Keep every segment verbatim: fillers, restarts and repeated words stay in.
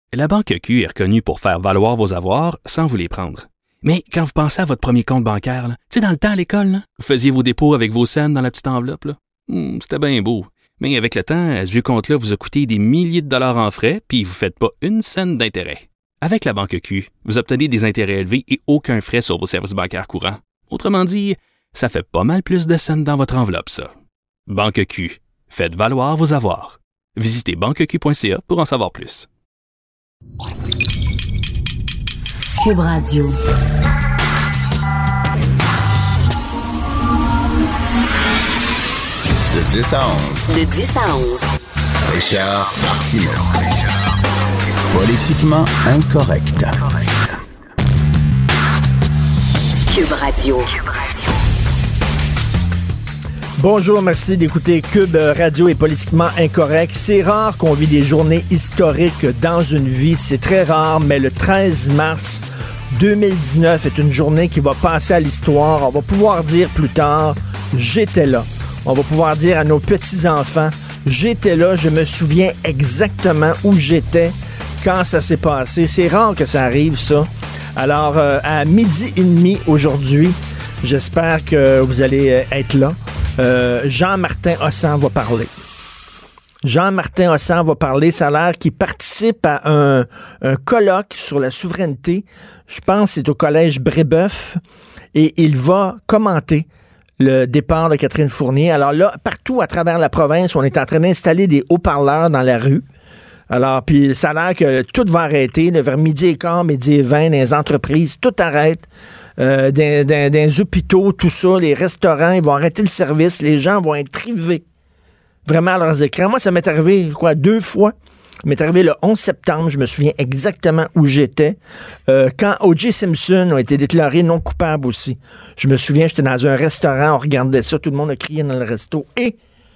La Banque Q est reconnue pour faire valoir vos avoirs sans vous les prendre. Mais quand vous pensez à votre premier compte bancaire, tu sais, dans le temps à l'école, là, vous faisiez vos dépôts avec vos scènes dans la petite enveloppe. Là. Hum, c'était bien beau. Mais avec le temps, ce vieux compte-là vous a coûté des milliers de dollars en frais, puis vous ne faites pas une scène d'intérêt. Avec la Banque Q, vous obtenez des intérêts élevés et aucun frais sur vos services bancaires courants. Autrement dit, ça fait pas mal plus de scènes dans votre enveloppe, ça. Banque Q. Faites valoir vos avoirs. Visitez banque q point c a pour en savoir plus. Cube Radio. De dix à onze. De dix à onze. Richard Martineau. Politiquement incorrect. Cube Radio. Bonjour, merci d'écouter Cube Radio est politiquement incorrect. C'est rare qu'on vit des journées historiques dans une vie. C'est très rare, mais le treize mars deux mille dix-neuf est une journée qui va passer à l'histoire. On va pouvoir dire plus tard, j'étais là. On va pouvoir dire à nos petits-enfants, j'étais là, je me souviens exactement où j'étais quand ça s'est passé. C'est rare que ça arrive, ça. Alors, euh, à midi et demi aujourd'hui, j'espère que vous allez être là. Euh, Jean-Martin Hossan va parler. Jean-Martin Hossan va parler. Ça a l'air qu'il participe à un, un colloque sur la souveraineté. Je pense que c'est au collège Brébeuf. Et il va commenter le départ de Catherine Fournier. Alors là, partout à travers la province, on est en train d'installer des haut-parleurs dans la rue. Alors, puis ça a l'air que tout va arrêter. Là, vers midi et quart, midi et vingt, dans les entreprises, tout arrête. Euh, dans, dans, dans les hôpitaux, tout ça, les restaurants, ils vont arrêter le service. Les gens vont être rivés vraiment à leurs écrans. Moi, ça m'est arrivé, quoi, deux fois. Ça m'est arrivé le onze septembre. Je me souviens exactement où j'étais. Euh, quand O J Simpson a été déclaré non coupable aussi. Je me souviens, j'étais dans un restaurant, on regardait ça, tout le monde a crié dans le resto. Et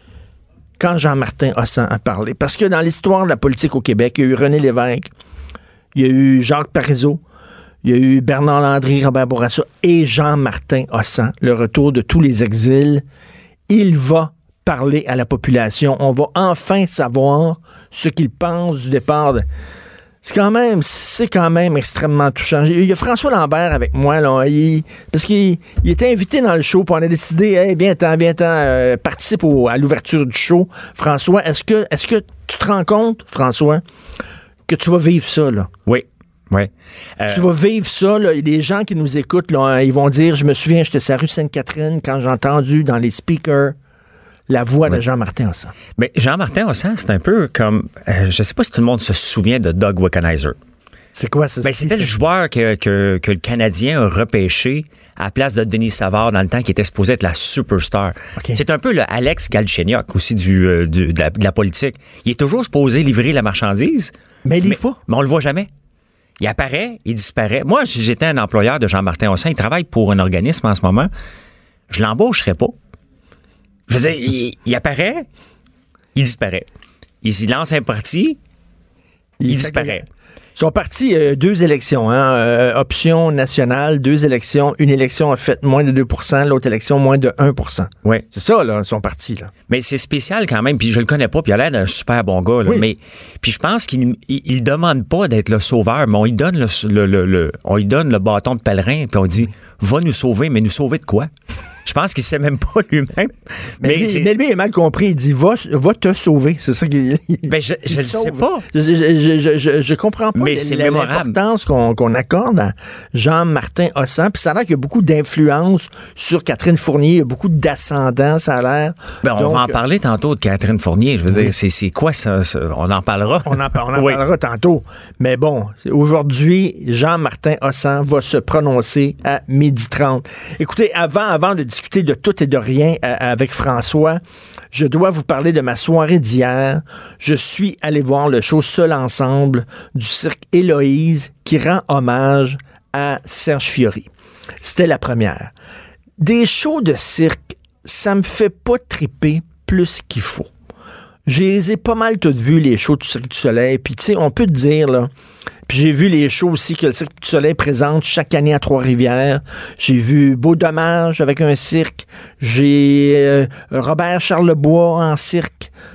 quand Jean-Martin Hossan a parlé, parce que dans l'histoire de la politique au Québec, il y a eu René Lévesque, il y a eu Jacques Parizeau, il y a eu Bernard Landry, Robert Bourassa et Jean-Martin Hossan, le retour de tous les exils. Il va parler à la population. On va enfin savoir ce qu'il pense du départ. De... C'est quand même, c'est quand même extrêmement touchant. Il y a François Lambert avec moi, là, il, parce qu'il il était invité dans le show, puis on a décidé, hey, viens-t'en, viens-t'en, euh, participe au, à l'ouverture du show. François, est-ce que, est-ce que tu te rends compte, François, que tu vas vivre ça, là? Oui. Ouais. Euh, tu vas vivre ça, là. Les gens qui nous écoutent, là, ils vont dire, je me souviens, j'étais sur la rue Sainte-Catherine quand j'ai entendu dans les speakers la voix ouais. de Jean-Martin Hossan. Mais Jean-Martin Hossan, c'est un peu comme, euh, je sais pas si tout le monde se souvient de Doug Wickenheiser. C'est quoi ça? Ben, c'était le joueur que, que, que le Canadien a repêché à la place de Denis Savard dans le temps qui était supposé être la superstar. Okay. C'est un peu le Alex Galchenyuk aussi du, euh, du, de, la, de la politique. Il est toujours supposé livrer la marchandise. Mais il livre pas. Mais on le voit jamais. Il apparaît, il disparaît. Moi, si j'étais un employeur de Jean-Martin Hossan, il travaille pour un organisme en ce moment, je l'embaucherais pas. Je veux dire, il, il apparaît, il disparaît. Il, il lance un parti, il, il disparaît. Ils sont partis euh, deux élections, hein, euh, option nationale, deux élections. Une élection a fait moins de deux pour cent, l'autre élection moins de un pour cent. Oui. C'est ça, là, ils sont partis, là. Mais c'est spécial quand même, puis je le connais pas, puis il a l'air d'un super bon gars, là. Oui. Mais puis je pense qu'il il, il demande pas d'être le sauveur, mais on lui donne le, le, le, le on lui donne le bâton de pèlerin, puis on dit va nous sauver, mais nous sauver de quoi? Je pense qu'il sait même pas lui-même. Mais, mais, lui, mais lui, il a mal compris. Il dit, va, va te sauver. C'est ça qu'il Ben, je ne le sais pas. Je, je, je, je, je comprends pas mais c'est l'importance qu'on, qu'on accorde à Jean-Martin Hossan. Puis ça a l'air qu'il y a beaucoup d'influence sur Catherine Fournier. Il y a beaucoup d'ascendants, ça a l'air. Ben, on Donc, va en parler tantôt de Catherine Fournier. Je veux oui. dire, c'est, c'est quoi ça, ça? On en parlera. On en, on en oui. parlera tantôt. Mais bon, aujourd'hui, Jean-Martin Hossan va se prononcer à midi trente. Écoutez, avant, avant de discuter de tout et de rien euh, avec François, je dois vous parler de ma soirée d'hier. Je suis allé voir le show Seul Ensemble du cirque Héloïse qui rend hommage à Serge Fiori. C'était la première. Des shows de cirque, ça me fait pas triper plus qu'il faut. Je les ai pas mal toutes vues, les shows du Cirque du Soleil. Puis, tu sais, on peut te dire, là, puis j'ai vu les shows aussi que le Cirque du Soleil présente chaque année à Trois-Rivières. J'ai vu Beau Dommage avec un cirque. J'ai euh, Robert Charlebois en cirque.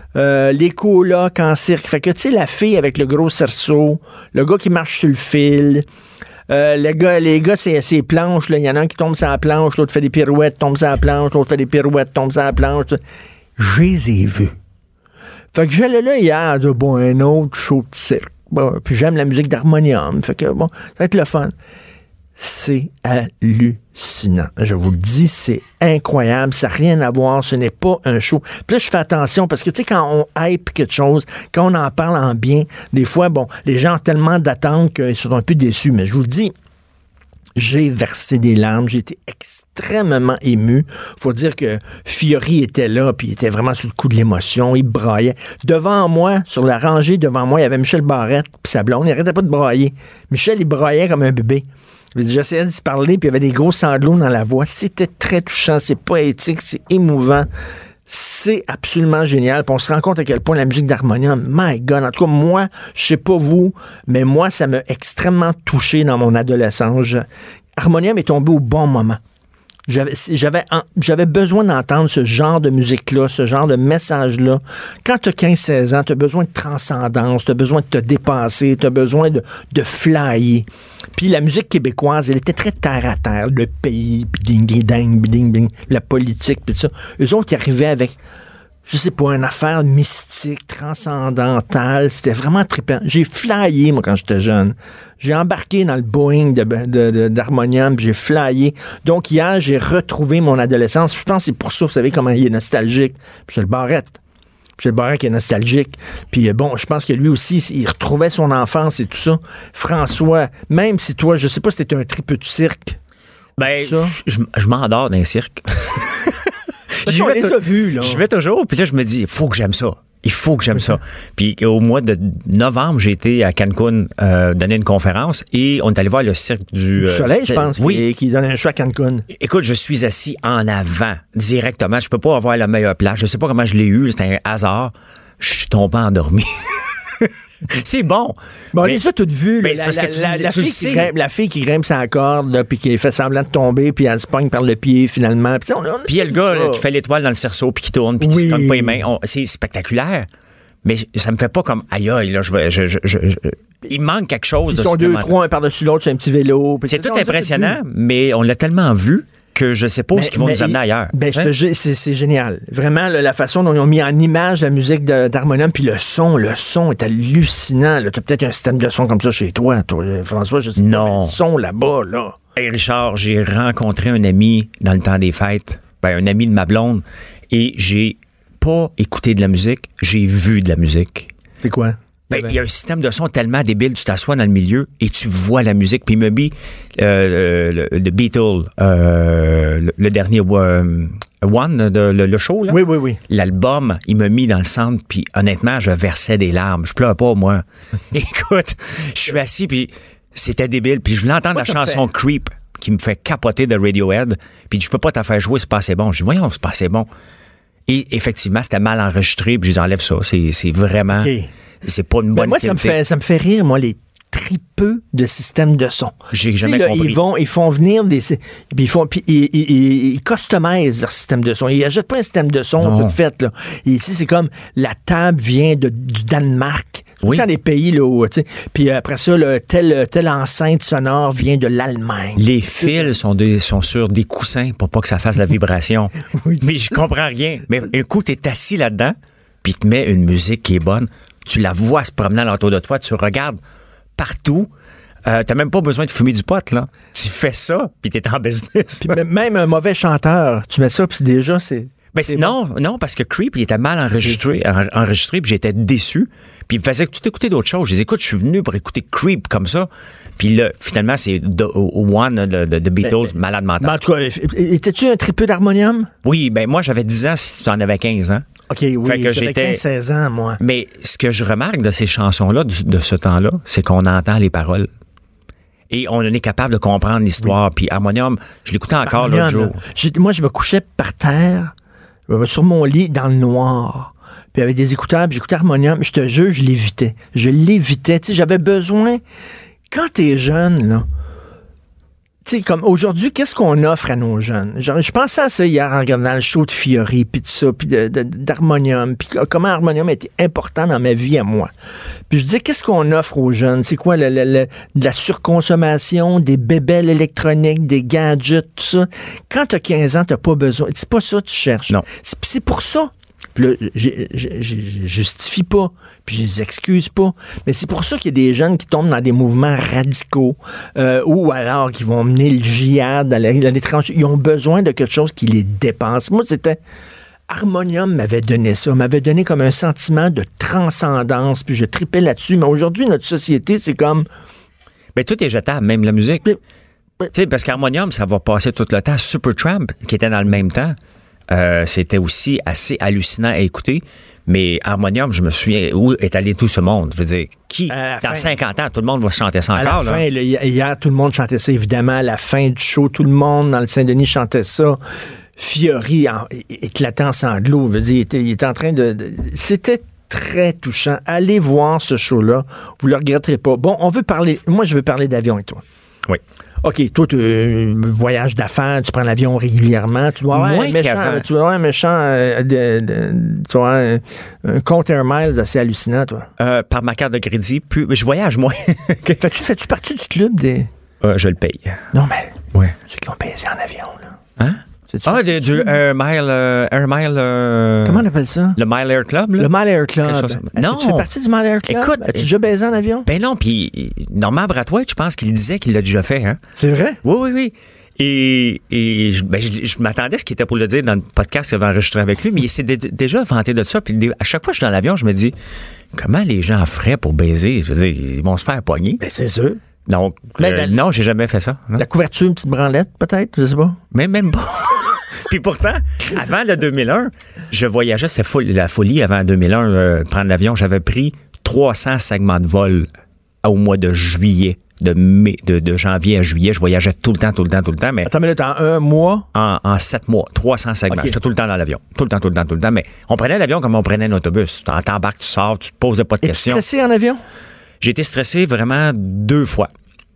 euh, les colocs en cirque. Fait que, tu sais, la fille avec le gros cerceau, le gars qui marche sur le fil, euh, le gars, les gars, c'est ces planches, là. Il y en a un qui tombe sur la planche, l'autre fait des pirouettes, tombe sur la planche, l'autre fait des pirouettes, tombe sur la planche. Je les ai vus. Fait que j'allais là hier, à dire, bon, un autre show de cirque. Bon, puis j'aime la musique d'harmonium. Fait que, bon, ça va être le fun. C'est hallucinant. Je vous le dis, c'est incroyable. Ça n'a rien à voir. Ce n'est pas un show. Puis là, je fais attention parce que, tu sais, quand on hype quelque chose, quand on en parle en bien, des fois, bon, les gens ont tellement d'attentes qu'ils sont un peu déçus. Mais je vous le dis, j'ai versé des larmes. J'ai été extrêmement ému. Faut dire que Fiori était là, puis il était vraiment sous le coup de l'émotion. Il braillait. Devant moi, sur la rangée devant moi, il y avait Michel Barrette, puis sa blonde. Il n'arrêtait pas de brailler. Michel, il braillait comme un bébé. J'essayais de se parler, puis il y avait des gros sanglots dans la voix. C'était très touchant, c'est poétique, c'est émouvant. C'est absolument génial. Puis on se rend compte à quel point la musique d'harmonium, my God, en tout cas, moi, je sais pas vous, mais moi, ça m'a extrêmement touché dans mon adolescence. Harmonium est tombé au bon moment. J'avais, j'avais, j'avais besoin d'entendre ce genre de musique-là, ce genre de message-là. Quand tu as quinze seize ans, tu as besoin de transcendance, tu as besoin de te dépasser, tu as besoin de, de flyer. Puis la musique québécoise, elle était très terre-à-terre. Le pays, puis ding-ding-ding, ding-ding, la politique, puis ça. Eux autres, ils arrivaient avec, je sais pas, une affaire mystique, transcendantale. C'était vraiment trippant. J'ai flyé, moi, quand j'étais jeune. J'ai embarqué dans le Boeing de, de, de, d'harmonium, puis j'ai flyé. Donc, hier, j'ai retrouvé mon adolescence. Je pense que c'est pour ça, vous savez comment il est nostalgique. Puis j'ai le Barrette. Puis le Barrette qui est nostalgique. Puis bon, je pense que lui aussi, il retrouvait son enfance et tout ça. François, même si toi, je sais pas si t'étais un tripeux de cirque. Ben, ça. je, je m'endors dans un cirque. J'y vais, les a vus, là. Je vais toujours, puis là, je me dis, il faut que j'aime ça. Il faut que j'aime ça. Puis au mois de novembre, j'ai été à Cancun euh, donner une conférence et on est allé voir le cirque du... du Soleil, euh, je pense, oui. qui, qui donne un show à Cancun. Écoute, je suis assis en avant, directement. Je peux pas avoir la meilleure place. Je sais pas comment je l'ai eu, c'était un hasard. Je suis tombé endormi. C'est bon. Bon, on mais, les a toutes vues. Mais la, c'est parce la, que tu, la, la, tu fille qui grimpe, la fille qui grimpe sa corde, là, puis qui fait semblant de tomber, puis elle se pogne par le pied, finalement. Puis il y a le gars là, qui fait l'étoile dans le cerceau, puis qui tourne, puis oui. qui se cogne pas les mains. On, c'est spectaculaire. Mais ça me fait pas comme aïe aïe, là, je vais. Je, je, je, je, il manque quelque chose. Ils de sont deux, trois, un par-dessus l'autre sur un petit vélo. C'est tout impressionnant, mais on l'a tellement vu que je sais pas où ils vont nous amener ailleurs. Ben, hein? je te, c'est, c'est génial. Vraiment, là, la façon dont ils ont mis en image la musique de, d'harmonium, puis le son, le son est hallucinant. Tu as peut-être un système de son comme ça chez toi, toi François, je sais non. pas, le son là-bas, là. Hey Richard, j'ai rencontré un ami dans le temps des fêtes, ben, un ami de ma blonde, et j'ai pas écouté de la musique, j'ai vu de la musique. C'est quoi? Ben, il y a un système de son tellement débile, tu t'assois dans le milieu et tu vois la musique. Puis il m'a mis euh, le, le Beatles, euh, le, le dernier euh, One, de, le, le show, là. Oui, oui, oui. L'album, il m'a mis dans le centre, puis honnêtement, je versais des larmes. Je pleure pas, moi. Écoute, je suis assis, puis c'était débile. Puis je voulais entendre moi, la chanson fait... Creep, qui me fait capoter de Radiohead. Puis je peux pas t'en faire jouer, c'est pas assez bon. Je dis, voyons, c'est pas assez bon. Et effectivement, c'était mal enregistré, puis je dis, enlève ça. C'est, c'est vraiment... Okay. C'est pas une bonne ben moi, ça me, fait, ça me fait rire, moi, les tripeux de systèmes de son. J'ai jamais là, compris. Ils, vont, ils font venir des... Puis ils, font, puis ils, ils, ils customisent leur système de son. Ils n'achètent pas un système de son non. tout fait. Là. Et ici, c'est comme la table vient de, du Danemark. Oui. Dans des pays, là, où, tu sais. Puis après ça, là, telle, telle enceinte sonore vient de l'Allemagne. Les fils sont, de, sont sur des coussins pour pas que ça fasse la vibration. Oui. Mais je comprends rien. Mais un coup, t'es assis là-dedans, puis tu te mets une musique qui est bonne. Tu la vois se promenant autour de toi, tu regardes partout. Euh, t'as même pas besoin de fumer du pot, là. Tu fais ça, puis t'es en business. Puis même un mauvais chanteur, tu mets ça, puis déjà, c'est... Ben, c'est non, bon. non, parce que Creep, il était mal enregistré, en, enregistré, puis j'étais déçu. Puis il me faisait tout écouter d'autres choses. Je disais, écoute, je suis venu pour écouter Creep comme ça. Puis là, finalement, c'est The One de, de, de Beatles, ben, malade mental. Ben, en tout cas, étais-tu un tripeux d'harmonium? Oui, ben moi, j'avais dix ans si tu en avais quinze ans. OK, oui, fait que j'avais quinze seize ans, moi. Mais ce que je remarque de ces chansons-là, de, de ce temps-là, c'est qu'on entend les paroles. Et on est capable de comprendre l'histoire. Oui. Puis Harmonium, je l'écoutais encore Harmonium, l'autre jour. J'ai, moi, je me couchais par terre, sur mon lit, dans le noir. Puis avec des écouteurs, puis j'écoutais Harmonium. Je te jure, je l'évitais. Je l'évitais. Tu sais, j'avais besoin... Quand t'es jeune, là, Tu sais, comme aujourd'hui, qu'est-ce qu'on offre à nos jeunes? Genre, je pensais à ça hier en regardant le show de Fiori, puis de ça, puis de, de, d'Harmonium, puis comment Harmonium était important dans ma vie à moi. Puis je disais, qu'est-ce qu'on offre aux jeunes? C'est quoi, le, le, le, de la surconsommation, des bébelles électroniques, des gadgets, tout ça? Quand t'as quinze ans, t'as pas besoin. C'est pas ça que tu cherches. Non. C'est, c'est pour ça. Puis là, je justifie pas, puis je les excuse pas. Mais c'est pour ça qu'il y a des jeunes qui tombent dans des mouvements radicaux euh, ou alors qui vont mener le djihad à l'étranger. Ils ont besoin de quelque chose qui les dépasse. Moi, c'était... Harmonium m'avait donné ça, m'avait donné comme un sentiment de transcendance, puis je tripais là-dessus. Mais aujourd'hui, notre société, c'est comme... Ben, tout est jetable, même la musique. Tu sais, parce qu'Harmonium, ça va passer tout le temps. Supertramp, qui était dans le même temps, Euh, c'était aussi assez hallucinant à écouter. Mais Harmonium, je me souviens, où est allé tout ce monde? Je veux dire, qui, dans fin, cinquante ans, tout le monde va chanter ça encore? À la fin, là, hier, tout le monde chantait ça, évidemment. À la fin du show, tout le monde dans le Saint-Denis chantait ça. Fiori, en, éclatant en sanglots, veut dire, il était, il était en train de... de c'était très touchant. Allez voir ce show-là. Vous le regretterez pas. Bon, on veut parler... Moi, je veux parler d'avion avec toi. Oui. OK, toi, tu euh, voyage d'affaires, tu prends l'avion régulièrement, tu dois avoir un méchant, tu dois avoir un méchant, euh, de, de, tu dois avoir un, un compte Air Miles assez hallucinant, toi. Euh, par ma carte de crédit, plus, je voyage moins. Fais-tu, fais-tu partie du club des... Euh, je le paye. Non, mais ouais. Ceux qui ont payé en avion, là. Hein? Ah, du, du Air Mile... Euh, Air Mile euh, Comment on appelle ça? Le Mile Air Club, là? Le Mile Air Club. Non. Tu fais partie du Mile Air Club? Écoute... As-tu déjà baisé en avion? Ben non, puis Normand Brathwaite, je pense qu'il disait qu'il l'a déjà fait, hein? C'est vrai? Oui, oui, oui. Et, et je, ben, je, je m'attendais à ce qu'il était pour le dire dans le podcast qu'il avait enregistré avec lui, mais il s'est d- déjà vanté de ça. Puis à chaque fois que je suis dans l'avion, je me dis, comment les gens feraient pour baiser? Je veux dire, ils vont se faire pogner. Ben, c'est sûr. Donc, mais euh, la, non, j'ai jamais fait ça. Non. La couverture, une petite branlette, peut-être? Je sais pas. Mais même pas. Puis pourtant, avant le deux mille un, je voyageais, c'était fou, la folie avant deux mille un, euh, prendre l'avion. J'avais pris trois cents segments de vol au mois de juillet, de mai, de, de janvier à juillet. Je voyageais tout le temps, tout le temps, tout le temps. Mais attends, mais là, en un mois? En, en sept mois, trois cents segments. Okay. J'étais tout le temps dans l'avion. Tout le temps, tout le temps, tout le temps. Mais on prenait l'avion comme on prenait un autobus. Tu t'embarques, tu sors, tu te posais pas de Et questions. Tu es stressé en avion? J'ai été stressé vraiment deux fois.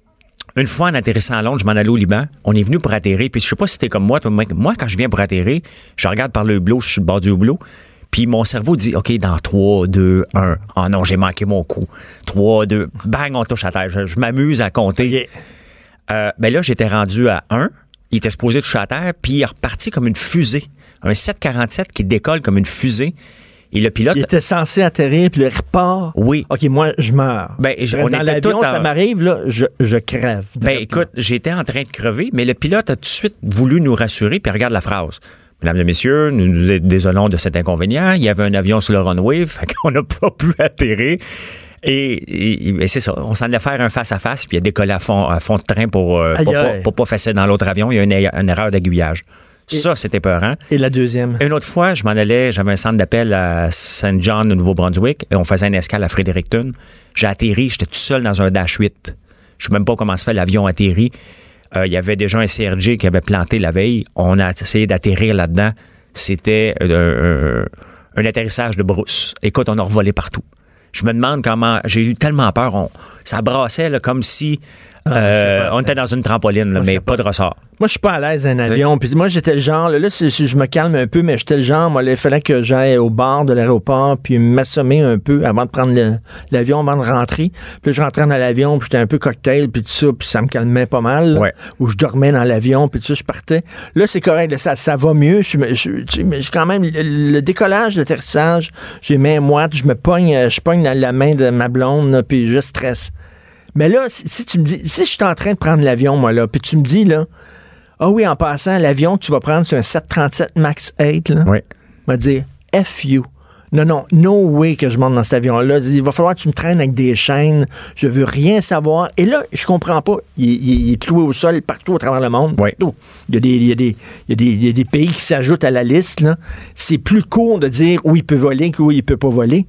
Une fois, en atterrissant à Londres, je m'en allais au Liban. On est venu pour atterrir. Puis je sais pas si c'était comme moi. Moi, quand je viens pour atterrir, je regarde par le hublot, je suis sur le bord du hublot. Puis mon cerveau dit, OK, dans trois, deux, un. Oh non, j'ai manqué mon coup. trois, deux, bang, on touche à terre. Je, je m'amuse à compter. Okay. Euh, ben là, j'étais rendu à un. Il était supposé toucher à terre. Puis il est reparti comme une fusée. Un sept quarante-sept qui décolle comme une fusée. Et le pilote... Il était censé atterrir, puis le repart. Oui. OK, moi, je meurs. Ben, je, on dans était l'avion, tout en... ça m'arrive, là, je, je crève. Ben, écoute, j'étais en train de crever, mais le pilote a tout de suite voulu nous rassurer, puis regarde la phrase. Mesdames et messieurs, nous nous désolons de cet inconvénient. Il y avait un avion sur le runway, fait qu'on n'a pas pu atterrir. Et, et, et c'est ça, on s'en allait faire un face-à-face, puis il a décollé à fond, à fond de train pour euh, aïe, pour, aïe. Pas, pour pas fesser dans l'autre avion. Il y a une, une erreur d'aiguillage. Et, ça, c'était peurant. Et la deuxième? Une autre fois, je m'en allais, j'avais un centre d'appel à Saint John, au Nouveau-Brunswick, et on faisait une escale à Fredericton. J'ai atterri, j'étais tout seul dans un Dash huit. Je sais même pas comment se fait, l'avion atterri. Euh, il y avait déjà un C R J qui avait planté la veille. On a essayé d'atterrir là-dedans. C'était euh, un, un atterrissage de brousse. Écoute, on a revolé partout. Je me demande comment... J'ai eu tellement peur. On, ça brassait là, comme si... Ah, euh, on était dans une trampoline, là, moi, mais pas de ressort. Moi, je suis pas à l'aise dans un avion. Puis moi, j'étais le genre, là, là c'est, je me calme un peu, mais j'étais le genre, moi, là, il fallait que j'aille au bar de l'aéroport puis m'assommer un peu avant de prendre le, l'avion, avant de rentrer. Puis je rentrais dans l'avion, puis j'étais un peu cocktail, puis tout ça, puis ça me calmait pas mal. Là, ouais. Ou je dormais dans l'avion, puis tout ça, je partais. Là, c'est correct, là, ça, ça va mieux. Je, je, je, mais quand même, le, le décollage, l'atterrissage, j'ai main moite, je me pogne, je pogne la, la main de ma blonde, là, puis je stresse. Mais là, si, si tu me dis, si je suis en train de prendre l'avion, moi, là, puis tu me dis, là, ah oui, en passant, l'avion que tu vas prendre, c'est un sept trente-sept MAX huit, là. Oui. Je vais te dire, F you. Non, non, no way que je monte dans cet avion-là. Il va falloir que tu me traînes avec des chaînes. Je veux rien savoir. Et là, je comprends pas. Il, il, il est cloué au sol partout à travers le monde. Oui. Il y a des, il y a des, il y a des, il y a des pays qui s'ajoutent à la liste, là. C'est plus court de dire où il peut voler qu'où il peut pas voler.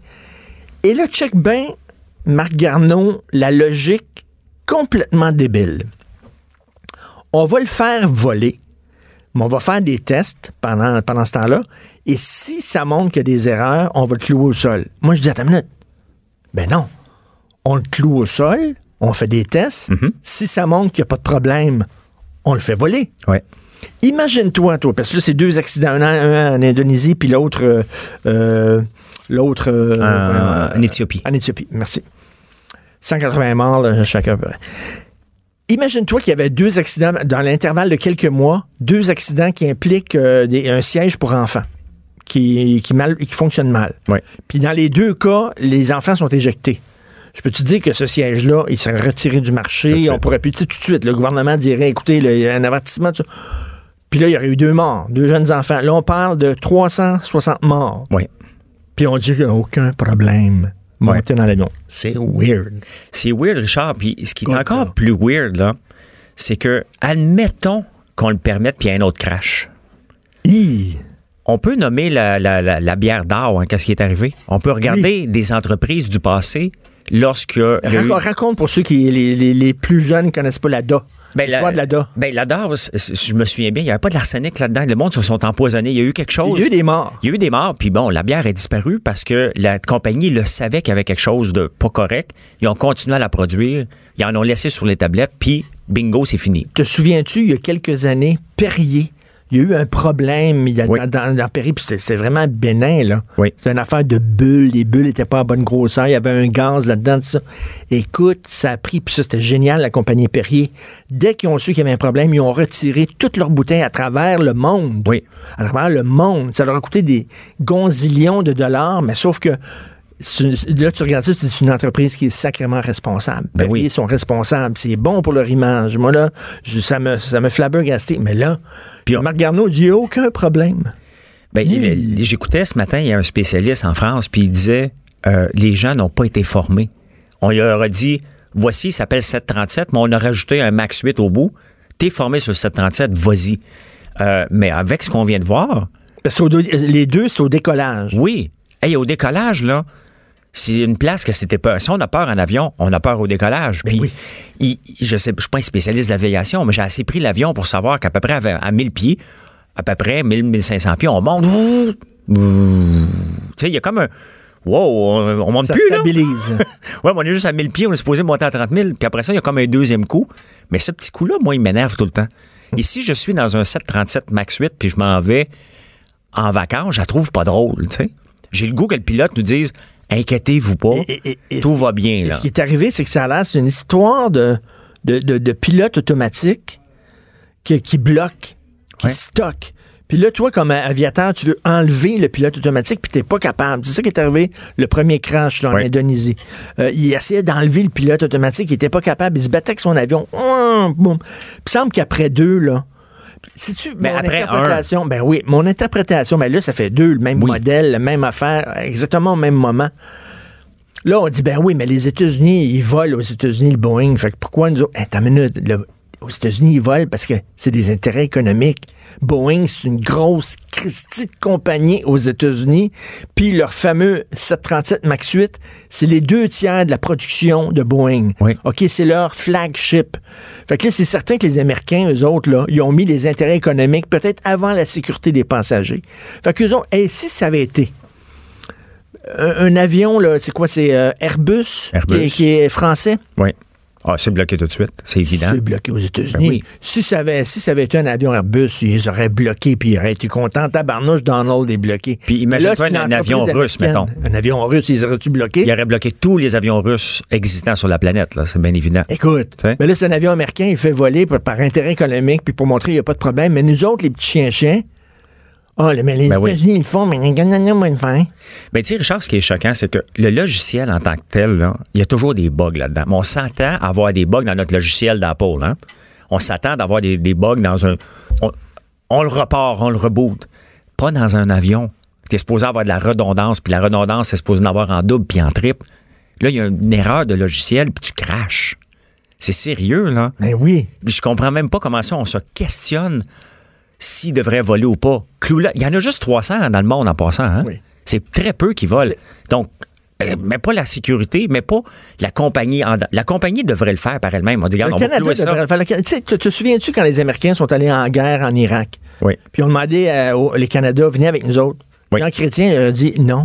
Et là, check bien, Marc Garneau, la logique complètement débile. On va le faire voler, mais on va faire des tests pendant, pendant ce temps-là, et si ça montre qu'il y a des erreurs, on va le clouer au sol. Moi, je dis, attends une minute. Ben non. On le cloue au sol, on fait des tests. Mm-hmm. Si ça montre qu'il n'y a pas de problème, on le fait voler. Oui. Imagine-toi, toi, parce que là, c'est deux accidents, un, un en Indonésie, puis l'autre, euh, euh, l'autre euh, euh, en Éthiopie. En Éthiopie, merci. cent quatre-vingts morts, là, chacun. Imagine-toi qu'il y avait deux accidents dans l'intervalle de quelques mois, deux accidents qui impliquent euh, des, un siège pour enfants qui, qui, mal, qui fonctionne mal. Oui. Puis dans les deux cas, les enfants sont éjectés. Je peux te dire que ce siège-là, il serait retiré du marché. On pourrait plus, tu sais, tout de suite, le gouvernement dirait, écoutez, là, il y a un avertissement. Tout ça. Puis là, il y aurait eu deux morts, deux jeunes enfants. Là, on parle de trois cent soixante morts. Oui. Puis on dit qu'il n'y a aucun problème. Monter ouais. dans l'avion. C'est weird. C'est weird, Richard. Puis ce qui est God, encore là. plus weird, là, c'est que, admettons qu'on le permette, puis il y a un autre crash. Hi. On peut nommer la, la, la, la bière d'Ao, hein, qu'est-ce qui est arrivé. On peut regarder oui. des entreprises du passé lorsque... Rac- eu... Raconte pour ceux qui, les, les, les plus jeunes, ne connaissent pas l'A D A. Ben, L'histoire la, de l'A D A. Ben, l'A D A, je me souviens bien, il n'y avait pas de l'arsenic là-dedans. Le monde se sont empoisonnés. Il y a eu quelque chose. Il y a eu des morts. Il y a eu des morts. Puis bon, la bière est disparue parce que la compagnie le savait qu'il y avait quelque chose de pas correct. Ils ont continué à la produire. Ils en ont laissé sur les tablettes. Puis bingo, c'est fini. Te souviens-tu, il y a quelques années, Perrier, il y a eu un problème il y a, oui. dans, dans Perrier, puis c'est vraiment bénin, là. Oui. C'est une affaire de bulles. Les bulles n'étaient pas à bonne grosseur. Il y avait un gaz là-dedans, tout ça. Écoute, ça a pris, puis ça, c'était génial, la compagnie Perrier. Dès qu'ils ont su qu'il y avait un problème, ils ont retiré toutes leurs bouteilles à travers le monde. Oui. À travers le monde. Ça leur a coûté des gonzillions de dollars, mais sauf que là, tu regardes ça, c'est une entreprise qui est sacrément responsable. Ben oui. Ils sont responsables. C'est bon pour leur image. Moi, là, je, ça me, ça me flabbergasté. Mais là, puis Marc Garneau dit, il n'y a aucun problème. Ben, il, j'écoutais ce matin, il y a un spécialiste en France, puis il disait, euh, les gens n'ont pas été formés. On leur a dit, voici, ça s'appelle sept trente-sept, mais on a rajouté un max huit au bout. T'es formé sur le sept trente-sept, vas-y. Euh, mais avec ce qu'on vient de voir... Parce que les deux, c'est au décollage. Oui. Hey, au décollage, là, c'est une place que c'était peur. Si on a peur en avion, on a peur au décollage. Puis, oui. il, je sais, je suis pas un spécialiste de l'aviation, mais j'ai assez pris l'avion pour savoir qu'à peu près à, à mille pieds, à peu près mille, mille cinq cents pieds, on monte. Tu sais, il y a comme un... Wow, on, on monte ça plus, stabilise. là. Ouais, mais on est juste à mille pieds, on est supposé monter à trente mille, puis après ça, il y a comme un deuxième coup. Mais ce petit coup-là, moi, il m'énerve tout le temps. Et si je suis dans un sept trente-sept max huit, puis je m'en vais en vacances, je la trouve pas drôle, tu sais. J'ai le goût que le pilote nous dise « Inquiétez-vous pas, et, et, et, tout va bien. » là. Ce qui est arrivé, c'est que ça a l'air, c'est une histoire de, de, de, de pilote automatique qui, qui bloque, qui ouais. stocke. Puis là, toi, comme aviateur, tu veux enlever le pilote automatique, puis t'es pas capable. C'est ça qui est arrivé, le premier crash là, en ouais. Indonésie. Euh, il essayait d'enlever le pilote automatique, il était pas capable, il se battait avec son avion. Hum, boum. Puis il semble qu'après deux, là, sais-tu, mon après interprétation, un... ben oui, mon interprétation, ben là, ça fait deux, le même oui. modèle, la même affaire, exactement au même moment. Là, on dit, ben oui, mais les États-Unis, ils volent aux États-Unis le Boeing. Fait que pourquoi nous autres, attends une minute, le, aux États-Unis, ils volent parce que c'est des intérêts économiques. Boeing, c'est une grosse Christie de compagnie aux États-Unis. Puis leur fameux sept trente-sept max huit, c'est les deux tiers de la production de Boeing. Oui. OK, c'est leur flagship. Fait que là, c'est certain que les Américains, eux autres, là, ils ont mis les intérêts économiques peut-être avant la sécurité des passagers. Fait qu'eux autres, hey, si ça avait été un, un avion, là, c'est quoi, c'est euh, Airbus, Airbus. Qui, est, qui est français? Oui. Ah, c'est bloqué tout de suite, c'est évident. C'est bloqué aux États-Unis. Ben oui. Si ça avait, si ça avait été un avion Airbus, ils auraient bloqué, puis ils auraient été contents. Tabarnouche, Donald est bloqué. Puis imagine-toi un, un avion russe, mettons. Un avion russe, ils auraient-tu bloqué? Il aurait bloqué tous les avions russes existants sur la planète, là, c'est bien évident. Écoute, mais ben là, c'est un avion américain, il fait voler par, par intérêt économique, puis pour montrer qu'il n'y a pas de problème. Mais nous autres, les petits chiens-chiens, oh, mais les ben États-Unis, oui. ils font, mais les Canadiens, moi, ils font. Ben, tu sais, Richard, ce qui est choquant, c'est que le logiciel en tant que tel, là, il y a toujours des bugs là-dedans. Mais on s'attend à avoir des bugs dans notre logiciel d'Apple, hein. On s'attend d'avoir des, des bugs dans un... On, on le repart, on le reboot. Pas dans un avion. T'es supposé avoir de la redondance, puis la redondance, c'est supposé en avoir en double puis en triple. Là, il y a une erreur de logiciel, puis tu crashes. C'est sérieux, là. Ben oui. Puis je comprends même pas comment ça, on se questionne s'ils devraient voler ou pas. Clou-là, il y en a juste trois cents dans le monde en passant. Hein? Oui. C'est très peu qui volent. Donc, euh, mais pas la sécurité, mais pas la compagnie. En, la compagnie devrait le faire par elle-même. On dit, regarde, le on Canada va clouer ça. Le, tu sais, te, te souviens-tu quand les Américains sont allés en guerre en Irak? Oui. Puis on demandait euh, aux, les Canadiens, venez avec nous autres. Oui. Jean Chrétien a dit non.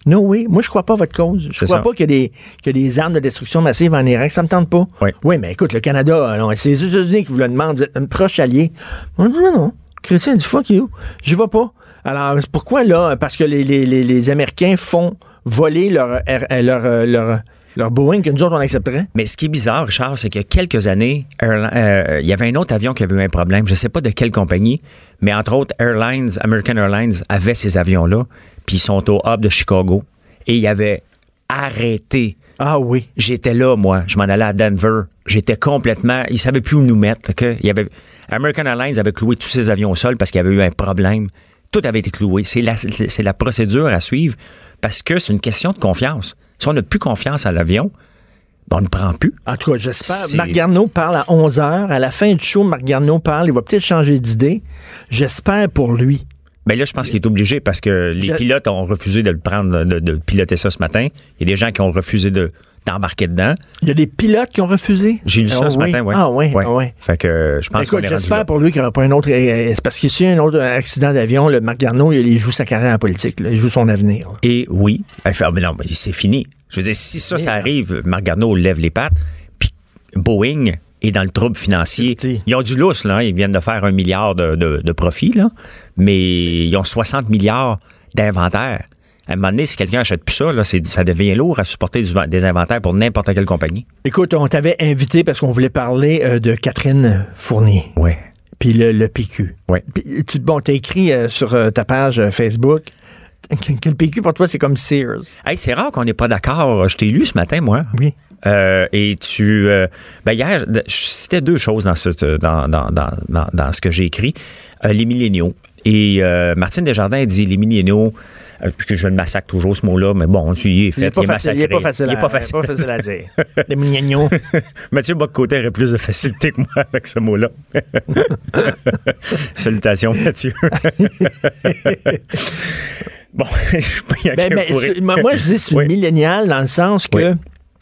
No way. Moi, je crois pas à votre cause. Je C'est crois ça. pas qu'il y, a des, qu'il y a des armes de destruction massive en Irak. Ça me tente pas. Oui. Oui, mais écoute, le Canada, non, c'est les États-Unis qui vous le demandent. Vous êtes un proche allié. Non, non, non. Chrétien dit fuck you. Je vais pas. Alors, pourquoi là? Parce que les, les, les, les Américains font voler leur, leur, leur, leur Boeing que nous autres, on accepterait. Mais ce qui est bizarre, Richard, c'est qu'il y a quelques années, Airli- euh, il y avait un autre avion qui avait eu un problème. Je ne sais pas de quelle compagnie, mais entre autres, Airlines, American Airlines avait ces avions-là, puis ils sont au hub de Chicago. Et il avait arrêté. Ah oui. J'étais là, moi. Je m'en allais à Denver. J'étais complètement... Ils ne savaient plus où nous mettre. Okay? Il y avait, American Airlines avait cloué tous ses avions au sol parce qu'il y avait eu un problème. Tout avait été cloué. C'est la, c'est la procédure à suivre parce que c'est une question de confiance. Si on n'a plus confiance à l'avion, ben on ne prend plus. En tout cas, j'espère. C'est- Marc Garneau parle à onze heures. À la fin du show, Marc Garneau parle. Il va peut-être changer d'idée. J'espère pour lui. Ben là, je pense qu'il est obligé parce que les Je- pilotes ont refusé de le prendre, de, de piloter ça ce matin. Il y a des gens qui ont refusé de, d'embarquer dedans. Il y a des pilotes qui ont refusé. J'ai lu ça Ah ce oui. matin, oui. Ah oui, ah oui. Fait que euh, je pense Écoute, qu'on est rendu j'espère là. pour lui qu'il n'y aura pas un autre. euh, C'est parce que s'il y a un autre accident d'avion, le Marc Garneau, il, il joue sa carrière en politique. Là. Il joue son avenir. Là. Et oui, elle fait, ah, mais non, mais c'est fini. Je veux dire, si ça, ça arrive, Marc Garneau lève les pattes, puis Boeing est dans le trouble financier. Petit. Ils ont du lousse, là. Ils viennent de faire un milliard de, de, de profit, là. Mais ils ont soixante milliards d'inventaire. À un moment donné, si quelqu'un achète plus ça, là, c'est, ça devient lourd à supporter du- des inventaires pour n'importe quelle compagnie. Écoute, on t'avait invité parce qu'on voulait parler euh, de Catherine Fournier, Oui. puis le, le P Q. Oui. Puis, tu, bon, t'as écrit euh, sur euh, ta page euh, Facebook que, que le P Q, pour toi, c'est comme Sears. Hey, c'est rare qu'on n'est pas d'accord. Je t'ai lu ce matin, moi. Oui. Euh, et tu... Euh, ben hier, je citais deux choses dans ce, dans, dans, dans, dans, dans ce que j'ai écrit. Euh, les milléniaux. Et euh, Martine Desjardins dit les milléniaux, euh, puisque je le massacre toujours ce mot-là, mais bon, il est fait, Il est pas il est facile, il est massacré. pas facile, Il est à, pas facile. pas facile à dire. Les mignons. Mathieu Bock-Côté aurait plus de facilité que moi avec ce mot-là. Salutations, Mathieu. Bon, je suis pas y Ben, ben, c'est- moi, moi, je dis c'est une Oui. milléniale dans le sens que Oui.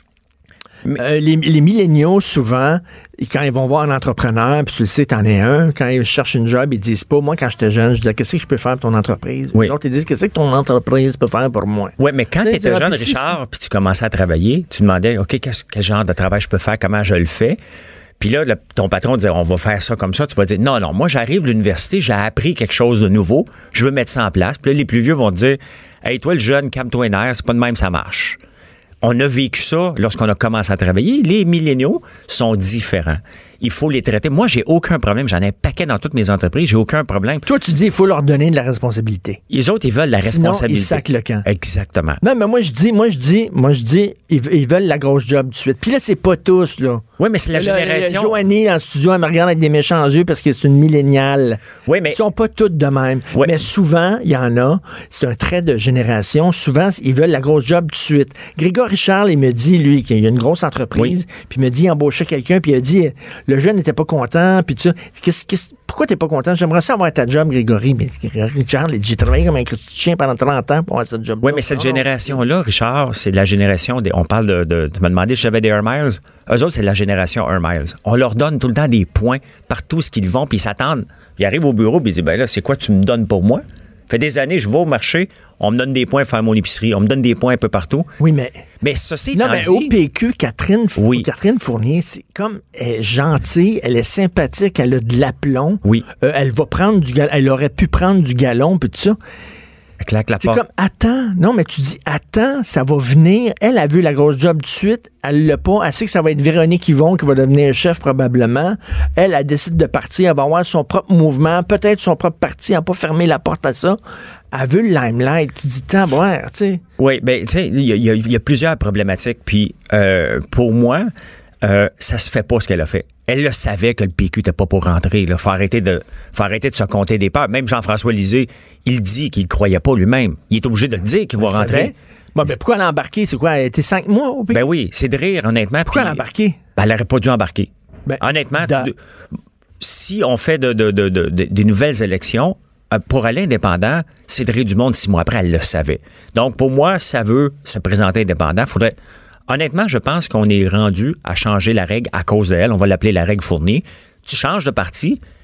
euh, les, les milléniaux, souvent, quand ils vont voir un entrepreneur, puis tu le sais, t'en es un, quand ils cherchent une job, ils disent pas, moi, quand j'étais jeune, je disais, qu'est-ce que je peux faire pour ton entreprise? Oui. Les autres, ils disent, qu'est-ce que ton entreprise peut faire pour moi? Oui, mais quand Tu tu sais, étais c'est jeune, rapide, Richard, puis tu commençais à travailler, tu demandais, OK, qu'est-ce- quel genre de travail je peux faire, comment je le fais? Puis là, le- ton patron disait, on va faire ça comme ça. Tu vas dire, non, non, moi, j'arrive de l'université, j'ai appris quelque chose de nouveau, je veux mettre ça en place. Puis là, les plus vieux vont te dire, hey, toi, le jeune, calme-toi les nerfs, c'est pas de même, ça marche. On a vécu ça lorsqu'on a commencé à travailler. Les milléniaux sont différents. Il faut les traiter. Moi, j'ai aucun problème. J'en ai un paquet dans toutes mes entreprises. J'ai aucun problème. Toi, tu dis, il faut leur donner de la responsabilité. Les autres, ils veulent la Sinon, responsabilité. ils sacent le camp. Exactement. Non, mais moi, je dis, moi, je dis, moi, je dis, ils, ils veulent la grosse job tout de suite. Puis là, c'est pas tous, là. Oui, mais c'est la Là, génération. Joanie, dans le studio, elle me regarde avec des méchants yeux parce que c'est une milléniale. Oui, mais- Ils sont pas toutes de même. Ouais. Mais souvent, il y en a. C'est un trait de génération. Souvent, ils veulent la grosse job tout de suite. Grégory Charles, il me dit, lui, qu'il y a une grosse entreprise, puis il me dit, il embauchait quelqu'un, puis il a dit, le jeune n'était pas content, puis tu sais, qu'est-ce- qu'est-ce- pourquoi t'es pas content? J'aimerais ça avoir ta job, Grégory. Mais Grégory Charles, il dit, j'ai travaillé comme un Christy chien pendant trente ans pour avoir cette job. Oui, mais cette génération-là, Richard, c'est la génération des. On parle de. de tu m'as demandé si j'avais des Air Miles. Eux autres, c'est la génération Air Miles. On leur donne tout le temps des points partout ce qu'ils vont, puis ils s'attendent. Ils arrivent au bureau, puis ils disent, ben là, c'est quoi tu me donnes pour moi? Ça fait des années, je vais au marché, on me donne des points pour faire mon épicerie, on me donne des points un peu partout. Oui, mais. Mais ceci Non, étant mais dit, au P Q, Catherine, Oui. Catherine Fournier, c'est comme elle est gentille, elle est sympathique, elle a de l'aplomb. Oui. Euh, elle va prendre du galon. Elle aurait pu prendre du galon, puis tout ça. elle claque la C'est porte. comme, attends, non, mais tu dis, attends, ça va venir. Elle a vu la grosse job tout de suite. Elle l'a pas. Elle sait que ça va être Véronique Yvon qui va devenir chef probablement. Elle, elle décide de partir. Elle va avoir son propre mouvement, peut-être son propre parti. Elle n'a pas fermé la porte à ça. Elle veut le limelight. Tu dis, tant, bon, tu sais. Oui, bien, tu sais, il y, a- il y a- il y a plusieurs problématiques. Puis, euh, pour moi, euh, ça se fait pas ce qu'elle a fait. Elle le savait que le P Q n'était pas pour rentrer. Il faut arrêter de, faut arrêter de se compter des peurs. Même Jean-François Lisée, il dit qu'il ne croyait pas lui-même. Il est obligé de le dire qu'il va C'est rentrer. vrai. Bon, ben, pourquoi elle a embarqué? C'est quoi? Elle a été cinq mois au P Q? Ben oui, c'est de rire, honnêtement. Pourquoi Puis, elle a embarqué? ben, elle n'aurait pas dû embarquer. Ben, Honnêtement, da- tu- si on fait de, de, de, de- de- des nouvelles élections, euh, pour aller indépendant, Cédric Dumonde, six mois après, elle le savait. Donc, pour moi, ça veut se présenter indépendant. Faudrait. Honnêtement, je pense qu'on est rendu à changer la règle à cause de elle. On va l'appeler la règle Fournier. Tu changes de parti,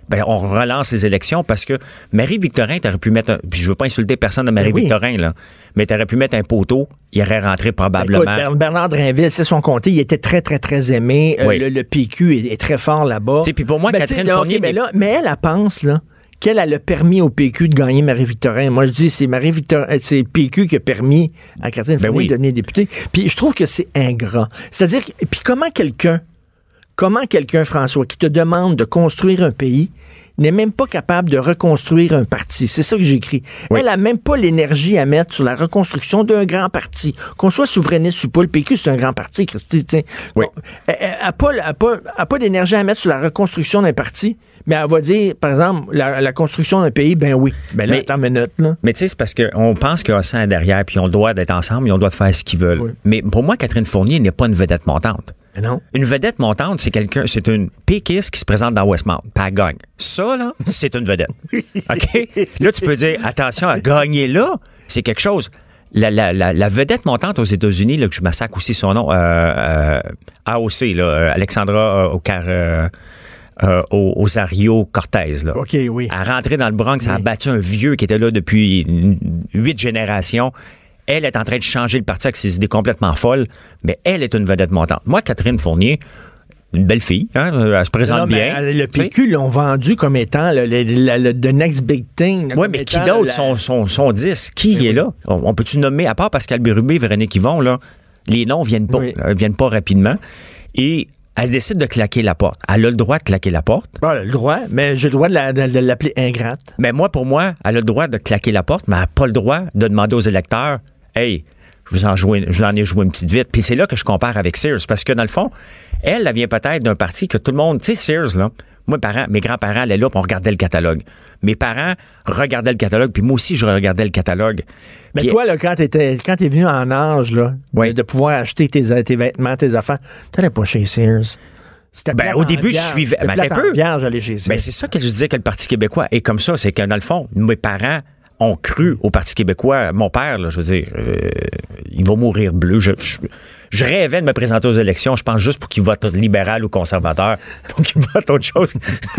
ben on relance les élections parce que Marie-Victorin, t'aurais pu mettre un, puis je veux pas insulter personne de Marie-Victorin, oui. là, mais t'aurais pu mettre un poteau, il aurait rentré probablement. Écoute, Bernard Drinville, c'est son comté, il était très, très, très aimé. Oui. Euh, le, le P Q est, est très fort là-bas. Puis pour moi, ben, Catherine là, Fournier... Okay, mais, là, mais elle, elle pense, là, qu'elle a le permis au P Q de gagner Marie-Victorin. Moi, je dis, c'est Marie-Victorin, c'est le P Q qui a permis à Catherine Fournier ben oui. de devenir députée. Puis je trouve que c'est ingrat. C'est-à-dire, puis comment quelqu'un, comment quelqu'un, François, qui te demande de construire un pays, n'est même pas capable de reconstruire un parti. C'est ça que j'écris. Oui. Elle a même pas l'énergie à mettre sur la reconstruction d'un grand parti. Qu'on soit souverainiste ou pas, le P Q, c'est un grand parti, Christy. Oui. Elle n'a pas, pas, pas d'énergie à mettre sur la reconstruction d'un parti, mais elle va dire, par exemple, la, la construction d'un pays, ben oui. Ben là, mais, attends une minute. Là. Mais tu sais, c'est parce qu'on pense qu'il y a ça derrière, puis on doit d'être ensemble, et on doit faire ce qu'ils veulent. Oui. Mais pour moi, Catherine Fournier n'est pas une vedette montante. Non. Une vedette montante, c'est quelqu'un, c'est une péquiste qui se présente dans Westmount, puis elle gagne. Ça, là, c'est une vedette. OK? Là, tu peux dire, attention, à gagner là, c'est quelque chose. La, la, la, la vedette montante aux États-Unis, là, que je massacre aussi son nom, euh, euh, A O C, là, Alexandra Ocar, euh, euh, Osario Cortez, là. OK, oui. Elle est rentrée dans le Bronx, oui. Elle a battu un vieux qui était là depuis huit générations. Elle est en train de changer le parti avec ses idées complètement folles, mais elle est une vedette montante. Moi, Catherine Fournier, une belle fille, hein, elle se présente non, bien. Mais le P Q l'ont vendu comme étant le, le, le, le the next big thing. Oui, mais qui d'autre la... sont, sont, sont dix? Qui mais est oui. là? On, on peut-tu nommer, à part Pascal Bérubé, Véronique Yvon, là, les noms viennent pas, oui. là, viennent pas rapidement. Et elle décide de claquer la porte. Elle a le droit de claquer la porte. Bon, elle a le droit, mais j'ai le droit de, la, de, de l'appeler ingrate. Mais moi, pour moi, elle a le droit de claquer la porte, mais elle n'a pas le droit de demander aux électeurs hey, je vous en, joué, je vous en ai joué une petite vite. Puis c'est là que je compare avec Sears. Parce que dans le fond, elle, elle vient peut-être d'un parti que tout le monde... Tu sais, Sears, là, moi, parents, mes grands-parents allaient là, puis on regardait le catalogue. Mes parents regardaient le catalogue, puis moi aussi, je regardais le catalogue. Mais puis, toi, là, quand t'étais, quand t'es venu en âge, là, oui. de, de pouvoir acheter tes, tes vêtements, tes affaires, t'allais pas chez Sears. C'était ben, au début, je suivais... Ben, un peu. Vierge, j'allais chez Sears. Ben, c'est ça que je disais que le Parti québécois est comme ça. C'est que, dans le fond, mes parents... ont cru au Parti québécois. Mon père, là, je veux dire, euh, il va mourir bleu. Je, je, je rêvais de me présenter aux élections, je pense, juste pour qu'il vote libéral ou conservateur, pour qu'il vote autre chose.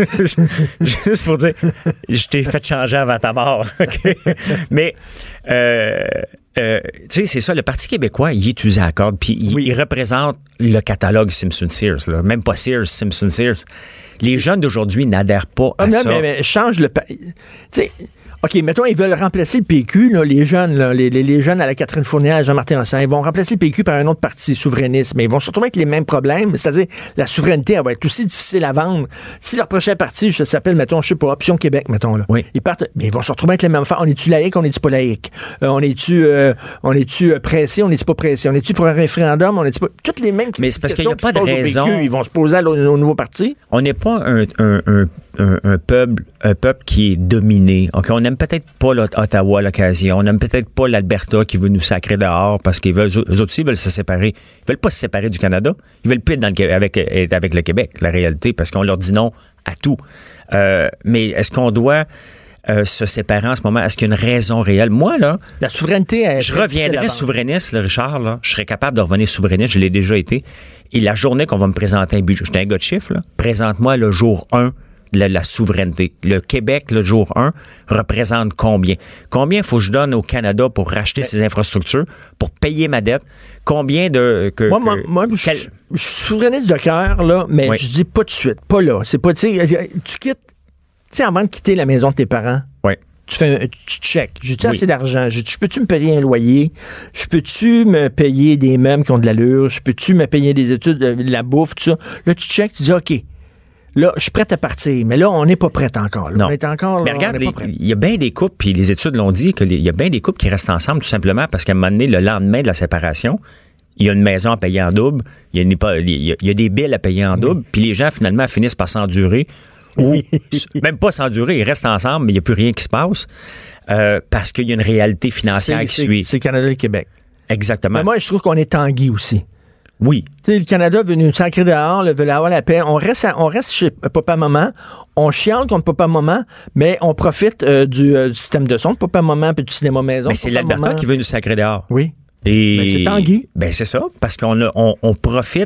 Juste pour dire, je t'ai fait changer avant ta mort. Okay? Mais, euh, euh, tu sais, c'est ça, le Parti québécois, il est usé à la corde, puis il, oui. il représente le catalogue Simpson-Sears, là. Même pas Sears, Simpson-Sears. Les jeunes d'aujourd'hui n'adhèrent pas à ah, non, ça. Mais, mais change le... Tu sais... OK, mettons, ils veulent remplacer le P Q, là, les jeunes, là, les, les, les jeunes à la Catherine Fournier, à Jean-Martin Hossan, ils vont remplacer le P Q par un autre parti souverainiste, mais ils vont se retrouver avec les mêmes problèmes, c'est-à-dire la souveraineté, elle va être aussi difficile à vendre. Si leur prochain parti, ça s'appelle, mettons, je sais pas, Option Québec, mettons, là, oui. ils partent, mais ils vont se retrouver avec les mêmes affaires. On est-tu laïque, on est-tu pas laïque? Euh, on est-tu euh, on est-tu pressé, on est-tu pas pressé? On est-tu pour un référendum, on est-tu pas... Toutes les mêmes mais c'est parce qu'il n'y a pas de raison. P Q, ils vont se poser au, au nouveau parti. On n'est pas un, un, un Un, un peuple un peuple qui est dominé. Okay? On n'aime peut-être pas Ottawa à l'occasion. On n'aime peut-être pas l'Alberta qui veut nous sacrer dehors parce qu'ils veulent, eux autres aussi veulent se séparer. Ils veulent pas se séparer du Canada. Ils veulent plus être, dans le, avec, être avec le Québec, la réalité, parce qu'on leur dit non à tout. Euh, mais est-ce qu'on doit euh, se séparer en ce moment? Est-ce qu'il y a une raison réelle? Moi, là... La souveraineté... Elle je reviendrai souverainiste, là, Richard. Là. Je serais capable de revenir souverainiste. Je l'ai déjà été. Et la journée qu'on va me présenter un budget... J'étais un gars de chiffres, là. Présente-moi le jour un La, la souveraineté. Le Québec, le jour un, représente combien? Combien faut que je donne au Canada pour racheter mais, ces infrastructures, pour payer ma dette? Combien de... Que, moi, que, moi, moi je, quel... je suis souverainiste de cœur, là, mais oui. je dis pas de suite, pas là. C'est pas, tu sais, tu quittes, tu sais, avant de quitter la maison de tes parents, oui. tu fais un, tu check. J'ai-tu oui. assez d'argent? Je peux-tu me payer un loyer? Je peux-tu me payer des meubles qui ont de l'allure? Je peux-tu me payer des études, de la bouffe, tout ça? Là, tu check, tu dis, OK, là, je suis prête à partir, mais là, on n'est pas prête encore. Là. Non. On est encore là, mais regarde, il y a bien des couples, puis les études l'ont dit, qu'il y a bien des couples qui restent ensemble tout simplement parce qu'à un moment donné, le lendemain de la séparation, il y a une maison à payer en double, il y a, une, il y a, il y a des billes à payer en double, oui. puis les gens, finalement, finissent par s'endurer, ou même pas s'endurer, ils restent ensemble, mais il n'y a plus rien qui se passe, euh, parce qu'il y a une réalité financière c'est, qui c'est, suit. C'est le Canada et le Québec. Exactement. Mais moi, je trouve qu'on est tanguy aussi. Oui. Tu sais, le Canada veut nous sacrer dehors, le veut avoir la paix. On reste, à, on reste chez papa-maman, on chiale contre papa-maman, mais on profite euh, du, euh, du système de son de papa-maman puis du cinéma maison. Mais c'est l'Alberta qui veut nous sacrer dehors. Oui. Et mais c'est Tanguy. Ben c'est ça, parce qu'on a, on, on profite.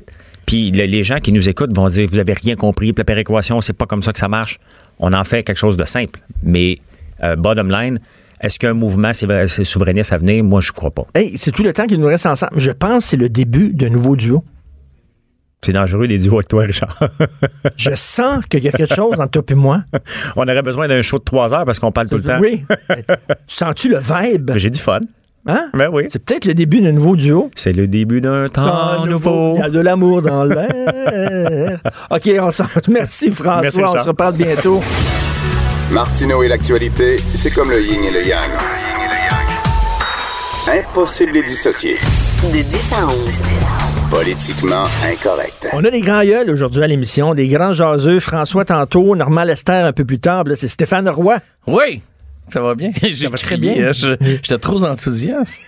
Puis le, les gens qui nous écoutent vont dire, vous avez rien compris, puis la péréquation, c'est pas comme ça que ça marche. On en fait quelque chose de simple. Mais euh, bottom line, est-ce qu'un mouvement c'est, c'est souverainiste à venir? Moi, je crois pas. Hey, c'est tout le temps qu'il nous reste ensemble. Je pense que c'est le début d'un nouveau duo. C'est dangereux, les duos avec toi, Richard. Je sens qu'il y a quelque chose entre toi et moi. On aurait besoin d'un show de trois heures parce qu'on parle tout le temps. Oui. Sens-tu le vibe? Ben, j'ai du fun. Hein? Ben oui. C'est peut-être le début d'un nouveau duo. C'est le début d'un temps, temps nouveau. Il y a de l'amour dans l'air. OK, on s'en... Merci, François. Merci, on se reparle bientôt. Martineau et l'actualité, c'est comme le yin et le yang. Impossible de les dissocier. De dix à onze. Politiquement incorrect. On a des grands gueules aujourd'hui à l'émission, des grands jaseux. François tantôt, Normand Lester un peu plus tard. Là, c'est Stéphane Roy. Oui, ça va bien. J'ai ça va crié, très bien. Je, j'étais trop enthousiaste.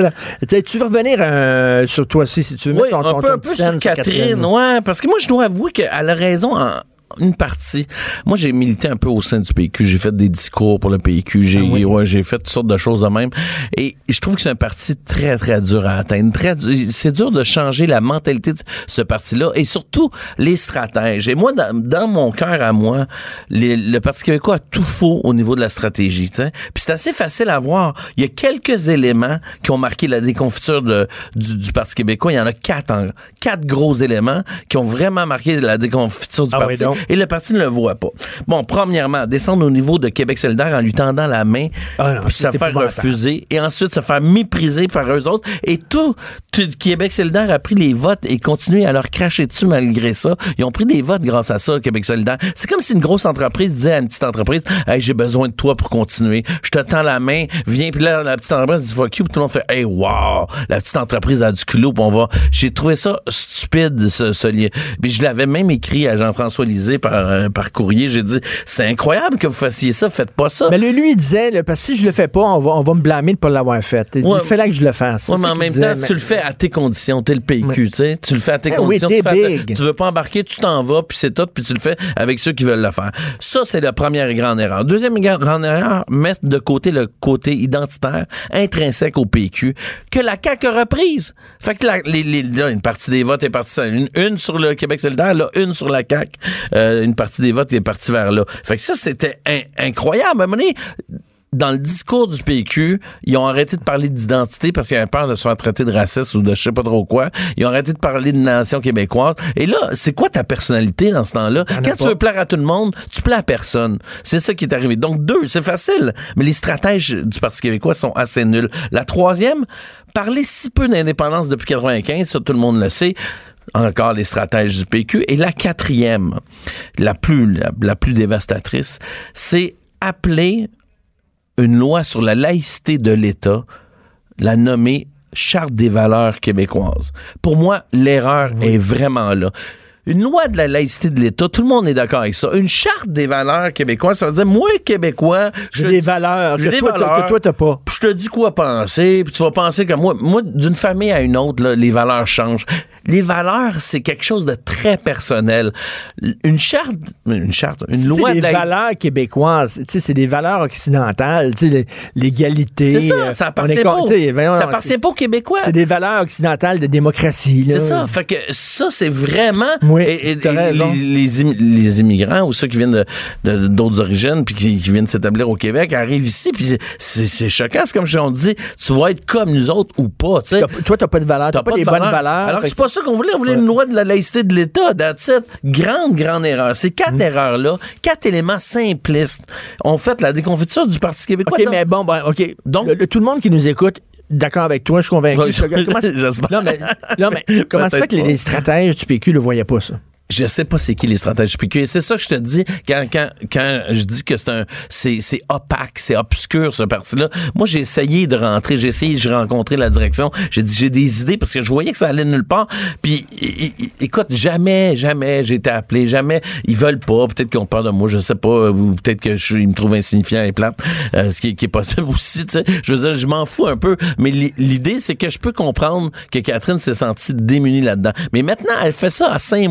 Tu veux revenir euh, sur toi aussi, si tu veux. Oui, ton, un ton, peu, ton un peu scène, sur Catherine. Catherine. Ouais, parce que moi, je dois avouer qu'elle a raison en une partie. Moi, j'ai milité un peu au sein du P Q. J'ai fait des discours pour le P Q. J'ai, ah oui. ouais, j'ai fait toutes sortes de choses de même. Et je trouve que c'est un parti très, très dur à atteindre. Très, c'est dur de changer la mentalité de ce parti-là et surtout les stratèges. Et moi, dans, dans mon cœur à moi, les, le Parti québécois a tout faux au niveau de la stratégie. T'sais. Puis c'est assez facile à voir. Il y a quelques éléments qui ont marqué la déconfiture de, du, du Parti québécois. Il y en a quatre, en, quatre gros éléments qui ont vraiment marqué la déconfiture du ah parti. Oui, et le parti ne le voit pas. Bon, premièrement, descendre au niveau de Québec solidaire en lui tendant la main, ah non, puis se faire refuser, et ensuite se faire mépriser par eux autres. Et tout, tout Québec solidaire a pris les votes et continué à leur cracher dessus malgré ça. Ils ont pris des votes grâce à ça, Québec solidaire. C'est comme si une grosse entreprise disait à une petite entreprise, « Hey, j'ai besoin de toi pour continuer. Je te tends la main, viens. » Puis là, la petite entreprise dit « Fuck you. » Puis tout le monde fait « Hey, wow! La petite entreprise a du culot. » Puis on va... J'ai trouvé ça stupide, ce, ce lien. Puis je l'avais même écrit à Jean-François Lisée par Euh, par courrier, j'ai dit, c'est incroyable que vous fassiez ça, faites pas ça. Mais lui, il disait, là, parce que si je le fais pas, on va, on va me blâmer de pas l'avoir fait. Il dit, ouais, fais-là que je le fasse. Ouais, mais en même disait, temps, mais... tu le fais à tes conditions, t'es le P Q, ouais. tu sais, tu le fais à tes hey, conditions. Oui, t'es tu, big. Fais, tu veux pas embarquer, tu t'en vas, puis c'est tout, puis tu le fais avec ceux qui veulent le faire. Ça, c'est la première grande erreur. Deuxième grande erreur, mettre de côté le côté identitaire, intrinsèque au P Q, que la C A Q a reprise. Fait que la, les, les, là, une partie des votes est partie, une, une sur le Québec solidaire, là, une sur la C A Q, euh, une partie des votes est partie vers là. Fait que ça, c'était in- incroyable. À un moment donné, dans le discours du P Q, ils ont arrêté de parler d'identité parce qu'ils avaient peur de se faire traiter de raciste ou de je sais pas trop quoi. Ils ont arrêté de parler de nation québécoise. Et là, c'est quoi ta personnalité dans ce temps-là? Quand tu pas. veux plaire à tout le monde, tu plais à personne. C'est ça qui est arrivé. Donc, deux, c'est facile. Mais les stratèges du Parti québécois sont assez nuls. La troisième, parler si peu d'indépendance depuis quatre-vingt-quinze, ça, tout le monde le sait. Encore les stratèges du P Q. Et la quatrième, la plus, la, la plus dévastatrice, c'est appeler une loi sur la laïcité de l'État, la nommer Charte des valeurs québécoises. Pour moi, l'erreur oui. est vraiment là. Une loi de la laïcité de l'État, tout le monde est d'accord avec ça. Une charte des valeurs québécoises, ça veut dire, moi, Québécois... J'ai des dis, valeurs, j'ai que, des toi, valeurs que toi, t'as pas. Puis je te dis quoi penser, puis tu vas penser comme moi. Moi, d'une famille à une autre, là, les valeurs changent. Les valeurs, c'est quelque chose de très personnel. Une charte, une charte, une c'est loi des de la... valeurs québécoises, tu sais, c'est des valeurs occidentales, tu sais, l'égalité. C'est ça, ça appartient pas, au, ça appartient pas aux Québécois. C'est des valeurs occidentales de démocratie. Là. C'est ça, fait que ça, c'est vraiment... Oui, et, et, et les, les, les immigrants ou ceux qui viennent de, de, d'autres origines puis qui, qui viennent s'établir au Québec arrivent ici, puis c'est, c'est, c'est choquant. C'est comme on dit, tu vas être comme nous autres ou pas, tu sais. Toi, t'as pas de valeurs, t'as, t'as pas, pas des bonnes valeurs. Alors que c'est pas ça qu'on voulait. On voulait ouais. une loi de la laïcité de l'État. That's it. Grande, grande erreur. Ces quatre mmh. erreurs-là, quatre éléments simplistes, ont fait la déconfiture du Parti québécois. OK, donc, mais bon, ben, OK. Donc, le, le, tout le monde qui nous écoute, d'accord avec toi, je suis convaincu. Ouais, comment, non, mais, non, mais comment ça fait que les stratèges du P Q ne voyaient pas ça? Je sais pas c'est qui les stratèges du P Q. Et c'est ça que je te dis quand, quand, quand je dis que c'est un, c'est, c'est opaque, c'est obscur, ce parti-là. Moi, j'ai essayé de rentrer, j'ai essayé, j'ai rencontré la direction. J'ai dit, j'ai des idées parce que je voyais que ça allait nulle part. Puis, écoute, jamais, jamais j'ai été appelé, jamais. Ils veulent pas. Peut-être qu'ils ont peur de moi, je sais pas. Ou peut-être que je, ils me trouvent insignifiant et plate. Euh, ce qui, qui est possible aussi, tu sais. Je veux dire, je m'en fous un peu. Mais l'idée, c'est que je peux comprendre que Catherine s'est sentie démunie là-dedans. Mais maintenant, elle fait ça à cinq mois des élections.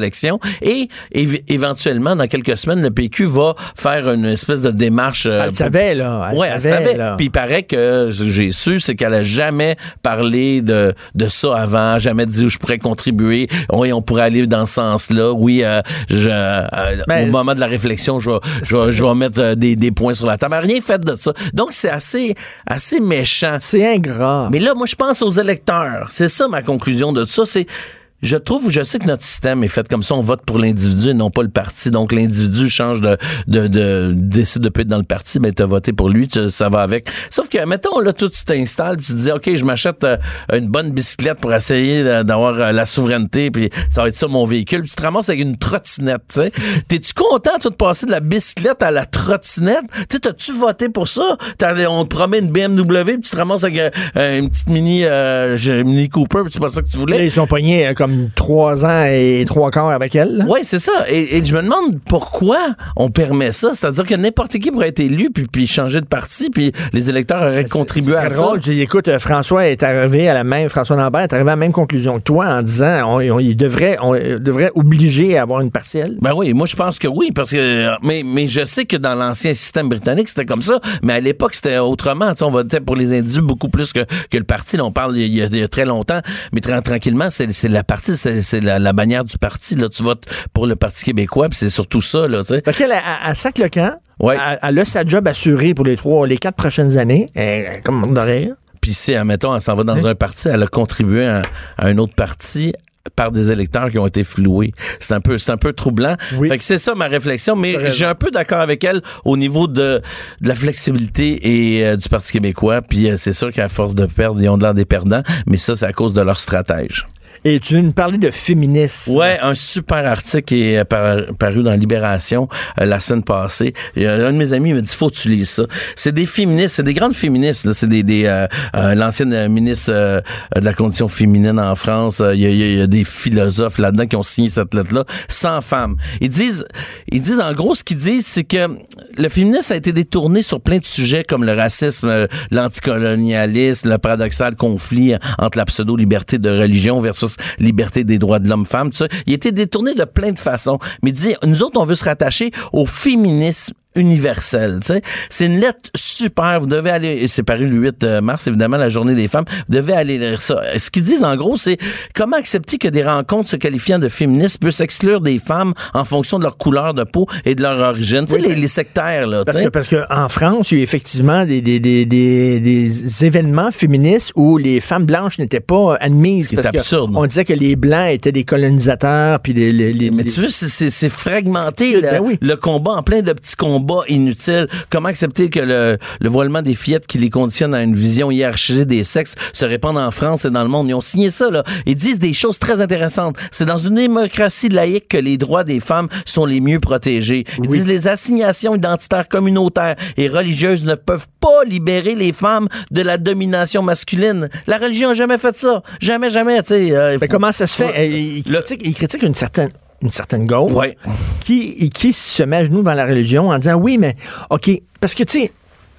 élections et év- éventuellement, dans quelques semaines, le P Q va faire une espèce de démarche. Euh, elle pour... savait, là. Oui, elle savait. savait. Puis il paraît que j'ai su, c'est qu'elle a jamais parlé de, de ça avant, jamais dit où je pourrais contribuer. Oui, on pourrait aller dans ce sens-là. Oui, euh, je, euh, ben, au moment de la réflexion, je vais, je vais, je vais mettre des, des points sur la table. Elle n'a rien fait de ça. Donc, c'est assez, assez méchant. C'est ingrat. Mais là, moi, je pense aux électeurs. C'est ça ma conclusion de ça. C'est Je trouve, je sais que notre système est fait comme ça, on vote pour l'individu et non pas le parti. Donc, l'individu change de, de, de, décide de plus être dans le parti, ben, t'as voté pour lui, tu, ça va avec. Sauf que, mettons, là, tout, tu t'installes, puis tu te dis, OK, je m'achète euh, une bonne bicyclette pour essayer d'avoir euh, la souveraineté, puis ça va être ça mon véhicule, puis tu te ramasses avec une trottinette, tu sais. T'es-tu content, toi, de passer de la bicyclette à la trottinette? Tu sais, t'as-tu voté pour ça? T'as, on te promet une B M W, puis tu te ramasses avec euh, une petite mini, euh, mini Cooper, puis c'est pas ça que tu voulais? Et ils sont pognés euh, comme trois ans et trois quarts avec elle. Oui, c'est ça. Et, et je me demande pourquoi on permet ça. C'est-à-dire que n'importe qui pourrait être élu puis, puis changer de parti, puis les électeurs auraient contribué à ça. Drôle. Écoute, François est arrivé à la même, François Lambert est arrivé à la même conclusion que toi en disant on, on, il devrait, on devrait obliger à avoir une partielle. Ben oui, moi je pense que oui, parce que mais, mais je sais que dans l'ancien système britannique, c'était comme ça, mais à l'époque, c'était autrement. T'sais, on votait pour les individus beaucoup plus que, que le parti. Là, on parle il y, a, il y a très longtemps, mais tra- tranquillement, c'est, c'est la partie, c'est, c'est la, la bannière du parti. Là, tu votes pour le Parti québécois, puis c'est surtout ça. Là, t'sais. Fait qu'elle, elle, elle sac le camp. Ouais. Elle, elle a sa job assurée pour les trois, les quatre prochaines années. Elle, comme monde de rire. Puis si, admettons, elle s'en va dans oui. un parti, elle a contribué à, à un autre parti par des électeurs qui ont été floués. C'est un peu, c'est un peu troublant. Oui. Fait que c'est ça ma réflexion, mais j'ai un peu d'accord avec elle au niveau de, de la flexibilité et euh, du Parti québécois. Puis euh, c'est sûr qu'à force de perdre, ils ont de l'air des perdants, mais ça, c'est à cause de leur stratège. Et tu veux nous parler de féminisme. Ouais, un super article qui est par, paru dans Libération euh, la semaine passée. Et, euh, un de mes amis m'a dit, faut que tu lises ça. C'est des féministes, c'est des grandes féministes. Là. C'est des, des euh, euh, l'ancienne ministre euh, de la condition féminine en France. Il euh, y, y, y a des philosophes là-dedans qui ont signé cette lettre-là, cent femmes. Ils disent, ils disent en gros, ce qu'ils disent, c'est que le féminisme a été détourné sur plein de sujets comme le racisme, l'anticolonialisme, le paradoxal conflit entre la pseudo-liberté de religion versus liberté des droits de l'homme-femme, tout ça. Il a été détourné de plein de façons. Mais il dit, nous autres, on veut se rattacher au féminisme universel, tu sais. C'est une lettre super. Vous devez aller, c'est paru le huit mars, évidemment, la journée des femmes. Vous devez aller lire ça. Ce qu'ils disent, en gros, c'est comment accepter que des rencontres se qualifiant de féministes puissent exclure des femmes en fonction de leur couleur de peau et de leur origine. Oui, tu sais, les, les sectaires, là, parce tu sais. Que, parce que en France, il y a eu effectivement des, des, des, des, des événements féministes où les femmes blanches n'étaient pas admises. C'est absurde. On disait que les blancs étaient des colonisateurs, puis les, les, les Mais les... tu vois, c'est, c'est, c'est fragmenté, ben le, oui. le combat en plein de petits combats inutile. Comment accepter que le, le voilement des fillettes qui les conditionne à une vision hiérarchisée des sexes se répande en France et dans le monde? Ils ont signé ça, là. Ils disent des choses très intéressantes. C'est dans une démocratie laïque que les droits des femmes sont les mieux protégés. Ils oui. disent les assignations identitaires communautaires et religieuses ne peuvent pas libérer les femmes de la domination masculine. La religion n'a jamais fait ça. Jamais, jamais, tu sais. Euh, faut... Comment ça se fait? Il critique, il critique une certaine... une certaine gauche, ouais. qui, qui se met à genoux dans la religion en disant, oui, mais, OK, parce que, tu sais,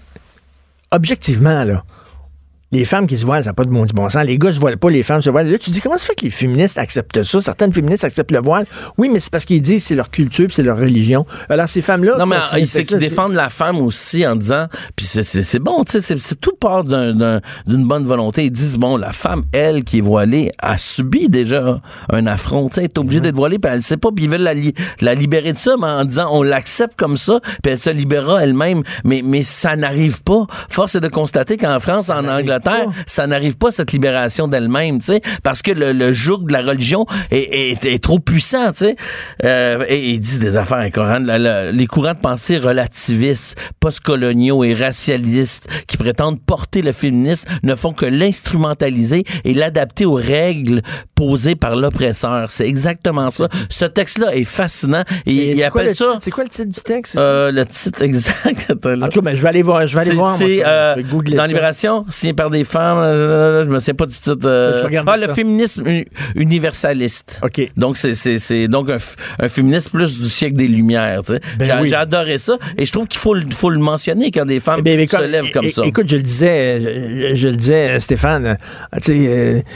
objectivement, là, les femmes qui se voilent, ça n'a pas de bon, bon sens. Les gars se voilent pas, les femmes se voilent. Là, tu te dis, comment ça fait que les féministes acceptent ça? Certaines féministes acceptent le voile. Oui, mais c'est parce qu'ils disent que c'est leur culture puis c'est leur religion. Alors, ces femmes-là... Non, mais c'est, c'est qu'ils défendent la femme aussi en disant... Puis c'est, c'est, c'est bon, tu sais, c'est, c'est tout part d'un, d'un, d'une bonne volonté. Ils disent, bon, la femme, elle, qui est voilée, a subi déjà un affront. Tu sais, elle est obligée mmh. d'être voilée, puis elle ne sait pas, puis ils veulent la, li- la libérer de ça, mais en disant, on l'accepte comme ça, puis elle se libérera elle-même. Mais, mais ça n'arrive pas. Force est de constater qu'en France, ça en Angleterre, pas. ça n'arrive pas cette libération d'elle-même, tu sais, parce que le, le joug de la religion est, est, est trop puissant, tu sais. Euh, et ils disent des affaires incohérentes. La, la, les courants de pensée relativistes, postcoloniaux et racialistes qui prétendent porter le féminisme ne font que l'instrumentaliser et l'adapter aux règles posées par l'oppresseur. C'est exactement ça. Ce texte-là est fascinant. Et, et il appelle ça... Titre, c'est quoi le titre du texte? Euh, le titre exact. En tout cas, ben, je vais aller voir. Je vais aller c'est, voir. C'est moi, euh, dans Libération, signé par par des femmes, euh, je me souviens pas du titre. Euh, ah, le féminisme universaliste. OK. Donc, c'est, c'est, c'est donc un, un féminisme plus du siècle des Lumières. Tu sais. Ben j'ai, oui. j'ai adoré ça et je trouve qu'il faut, faut le mentionner quand des femmes ben, se lèvent comme é- ça. Écoute, je le disais, je, je le disais, Stéphane, tu sais,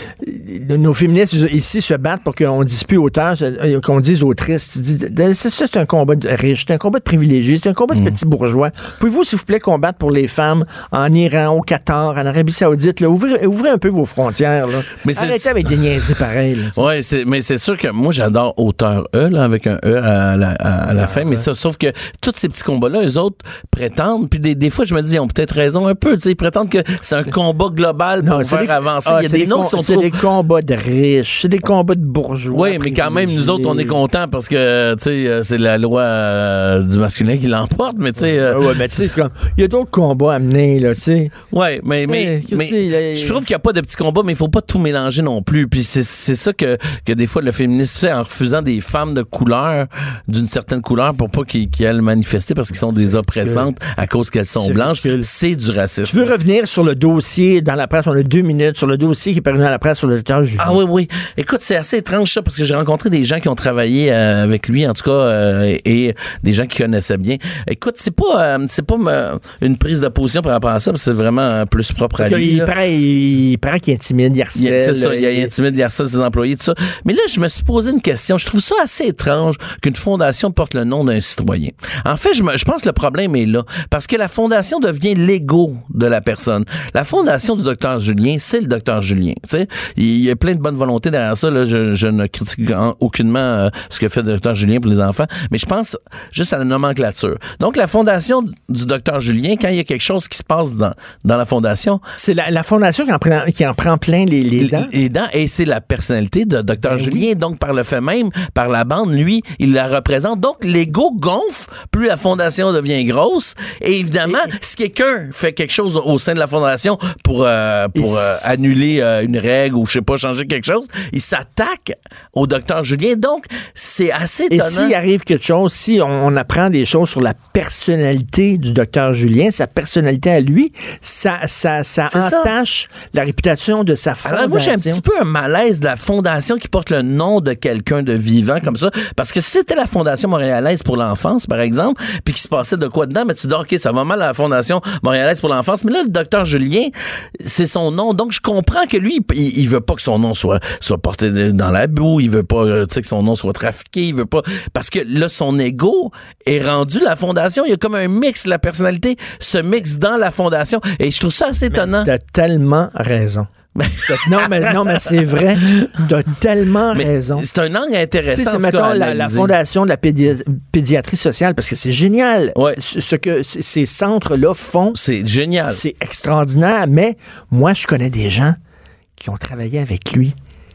euh, nos féministes ici se battent pour qu'on dise plus auteur, qu'on dise autrice. C'est ça, c'est un combat de riche, c'est un combat de privilégiés, c'est un combat de mmh. petits bourgeois. Pouvez-vous, s'il vous plaît, combattre pour les femmes en Iran, au Qatar, en Arabie Saoudite, là, ouvrez, ouvrez un peu vos frontières. Là. Mais Arrêtez c'est... avec des niaiseries pareilles. Oui, mais c'est sûr que moi, j'adore auteur E, là, avec un E à la, à, à la ah, fin, ouais. mais ça, sauf que tous ces petits combats-là, eux autres prétendent, puis des, des fois, je me dis, ils ont peut-être raison un peu, tu sais, ils prétendent que c'est un combat global pour non, faire des... avancer. Ah, Il y a des, des noms qui sont C'est trop... des combats de riches, c'est des combats de bourgeois. Oui, mais quand même, nous autres, on est contents parce que, tu sais, c'est la loi euh, du masculin qui l'emporte, mais tu sais... Euh, ouais, mais tu sais, c'est comme... Il y a d'autres combats à mener, là, tu sais. Oui, mais, mais, mais, mais je trouve qu'il n'y a pas de petits combats, mais il faut pas tout mélanger non plus. Puis c'est, c'est ça que, que des fois le féminisme fait en refusant des femmes de couleur, d'une certaine couleur, pour pas qu'ils, qu'ils aillent manifester parce qu'ils sont des oppressantes à cause qu'elles sont c'est blanches. Ridicule. C'est du racisme. Je veux revenir sur le dossier dans la presse, on a deux minutes, sur le dossier qui est paru dans la presse sur le docteur Julien. Ah oui, oui. Écoute, c'est assez étrange ça, parce que j'ai rencontré des gens qui ont travaillé euh, avec lui, en tout cas, euh, et, et des gens qui connaissaient bien. Écoute, c'est pas, euh, c'est pas euh, une prise de position par rapport à ça, parce que c'est vraiment euh, plus propre à lui. Il paraît, il paraît qu'il intimide, il harcèle. Il, c'est ça, il, il intimide, il harcèle ses employés, tout ça. Mais là, je me suis posé une question. Je trouve ça assez étrange qu'une fondation porte le nom d'un citoyen. En fait, je, me, je pense que le problème est là, parce que la fondation devient l'ego de la personne. La fondation du docteur Julien, c'est le docteur Julien. Tu sais, il y a plein de bonne volonté derrière ça. Là, je, je ne critique aucunement euh, ce que fait le docteur Julien pour les enfants, mais je pense juste à la nomenclature. Donc, la fondation du docteur Julien, quand il y a quelque chose qui se passe dans, dans la fondation... C'est la, la fondation qui en prend, qui en prend plein les, les dents. Les dents, et c'est la personnalité de docteur Ben Julien. Oui. Donc, par le fait même, par la bande, lui, il la représente. Donc, l'ego gonfle, plus la fondation devient grosse. Et évidemment, et, si quelqu'un fait quelque chose au sein de la fondation pour, euh, pour euh, annuler euh, une règle ou, je sais pas, changer quelque chose, il s'attaque au docteur Julien. Donc, c'est assez étonnant. Et s'il arrive quelque chose, si on, on apprend des choses sur la personnalité du docteur Julien, sa personnalité à lui, ça, ça, ça entache ça. la réputation de sa fondation. Alors, moi, j'ai un petit peu un malaise de la fondation qui porte le nom de quelqu'un de vivant comme ça. Parce que si c'était la Fondation montréalaise pour l'enfance, par exemple, puis qu'il se passait de quoi dedans, mais tu dis, OK, ça va mal à la Fondation montréalaise pour l'enfance. Mais là, le docteur Julien, c'est son nom. Donc, je comprends que lui, il, il veut pas que son nom soit, soit porté dans la boue. Il veut pas, tu sais, que son nom soit trafiqué. Il veut pas, parce que là, son ego est rendu la Fondation. Il y a comme un mix. La personnalité se mixe dans la Fondation. Et je trouve ça assez étonnant. Mais t'as tellement raison. non, mais, non, mais c'est vrai. T'as tellement mais raison. C'est un angle intéressant. C'est, c'est mettons, la, la fondation de la pédi- pédiatrie sociale, parce que c'est génial. Ouais. Ce que c- ces centres-là font. C'est génial. C'est extraordinaire. Mais moi, je connais des gens qui ont travaillé avec lui.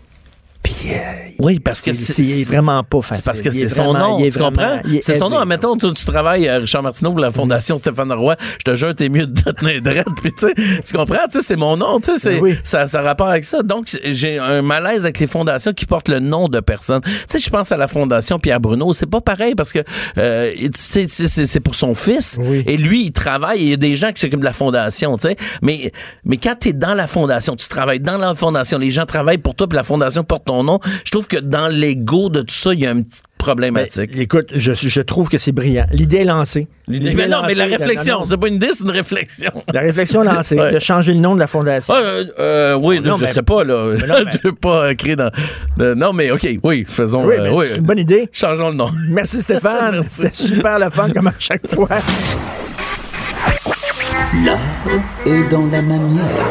Puis, euh, oui, parce que c'est, c'est, c'est vraiment pas facile. C'est parce que il c'est son vraiment, nom, tu vraiment, comprends? C'est son nom. Admettons, tu, tu travailles, euh, Richard Martineau, pour la Fondation mmh. Stéphane Roy. Je te jure, t'es mieux de te tenir drette. Puis, tu sais, tu comprends? Tu sais, c'est mon nom. Tu sais, c'est, oui. ça, ça a rapport avec ça. Donc, j'ai un malaise avec les fondations qui portent le nom de personnes. Tu sais, je pense à la Fondation Pierre Bruno. C'est pas pareil parce que, euh, c'est, c'est, c'est pour son fils. Oui. Et lui, il travaille. Il y a des gens qui s'occupent de la Fondation, tu sais. Mais, mais quand t'es dans la Fondation, tu travailles dans la Fondation, les gens travaillent pour toi, puis la Fondation porte ton nom. Je trouve que dans l'ego de tout ça, il y a une petite problématique. Ben, écoute, je, je trouve que c'est brillant. L'idée est lancée. L'idée mais est non, lancée, mais la réflexion, la, c'est pas une idée, c'est une réflexion. La réflexion est lancée, ouais. de changer le nom de la fondation. Ah, euh, euh, oui, non, là, je mais, sais pas, là. Non, mais, je veux pas créer dans... De, non, mais OK, oui, faisons... Oui, euh, oui, c'est une bonne idée. Changeons le nom. Merci Stéphane. Merci. C'était super le fun, comme à chaque fois. L'art est dans la manière.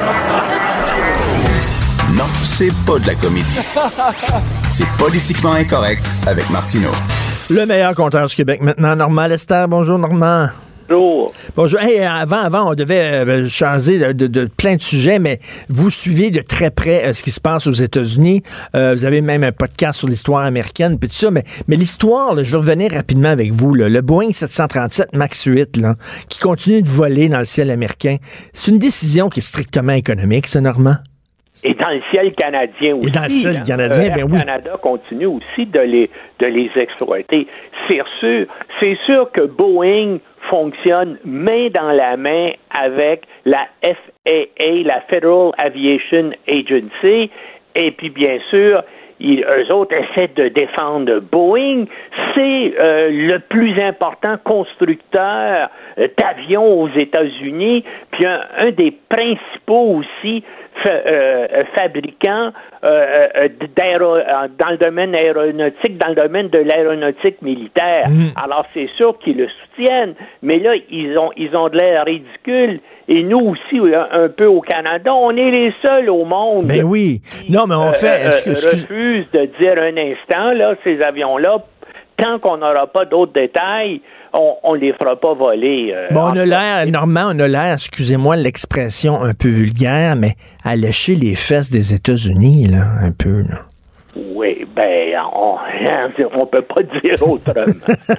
Non, c'est pas de la comédie. C'est Politiquement incorrect avec Martineau. Le meilleur conteur du Québec maintenant, Normand Lester. Bonjour, Normand. Bonjour. Bonjour. Hey, avant, avant, on devait euh, changer de, de, de plein de sujets, mais vous suivez de très près euh, ce qui se passe aux États-Unis. Euh, vous avez même un podcast sur l'histoire américaine, puis tout ça. Mais, mais l'histoire, là, je vais revenir rapidement avec vous. Là, le Boeing sept cent trente-sept max huit, là, qui continue de voler dans le ciel américain, c'est une décision qui est strictement économique, ça, Normand? Et dans le ciel canadien aussi. Et dans le ciel hein, canadien, euh, bien oui. Le Canada continue aussi de les, de les exploiter. C'est sûr, c'est sûr que Boeing fonctionne main dans la main avec la F A A, la Federal Aviation Agency, et puis bien sûr, ils, eux autres essaient de défendre Boeing. C'est euh, le plus important constructeur d'avions aux États-Unis, puis un, un des principaux aussi fa- euh, fabricants euh, euh, d'aéro- dans le domaine aéronautique, dans le domaine de l'aéronautique militaire. Mmh. Alors c'est sûr qu'ils le soutiennent, mais là ils ont ils ont de l'air ridicule. Et nous aussi, un peu au Canada, on est les seuls au monde. Ben oui. Qui, non, mais on fait. Euh, euh, refuse de dire un instant, là, ces avions-là, tant qu'on n'aura pas d'autres détails, on ne les fera pas voler. Euh, bon, on a l'air, Normand, on a l'air, excusez-moi l'expression un peu vulgaire, mais à lécher les fesses des États-Unis, là, un peu, là. Oui, ben, on on peut pas dire autrement.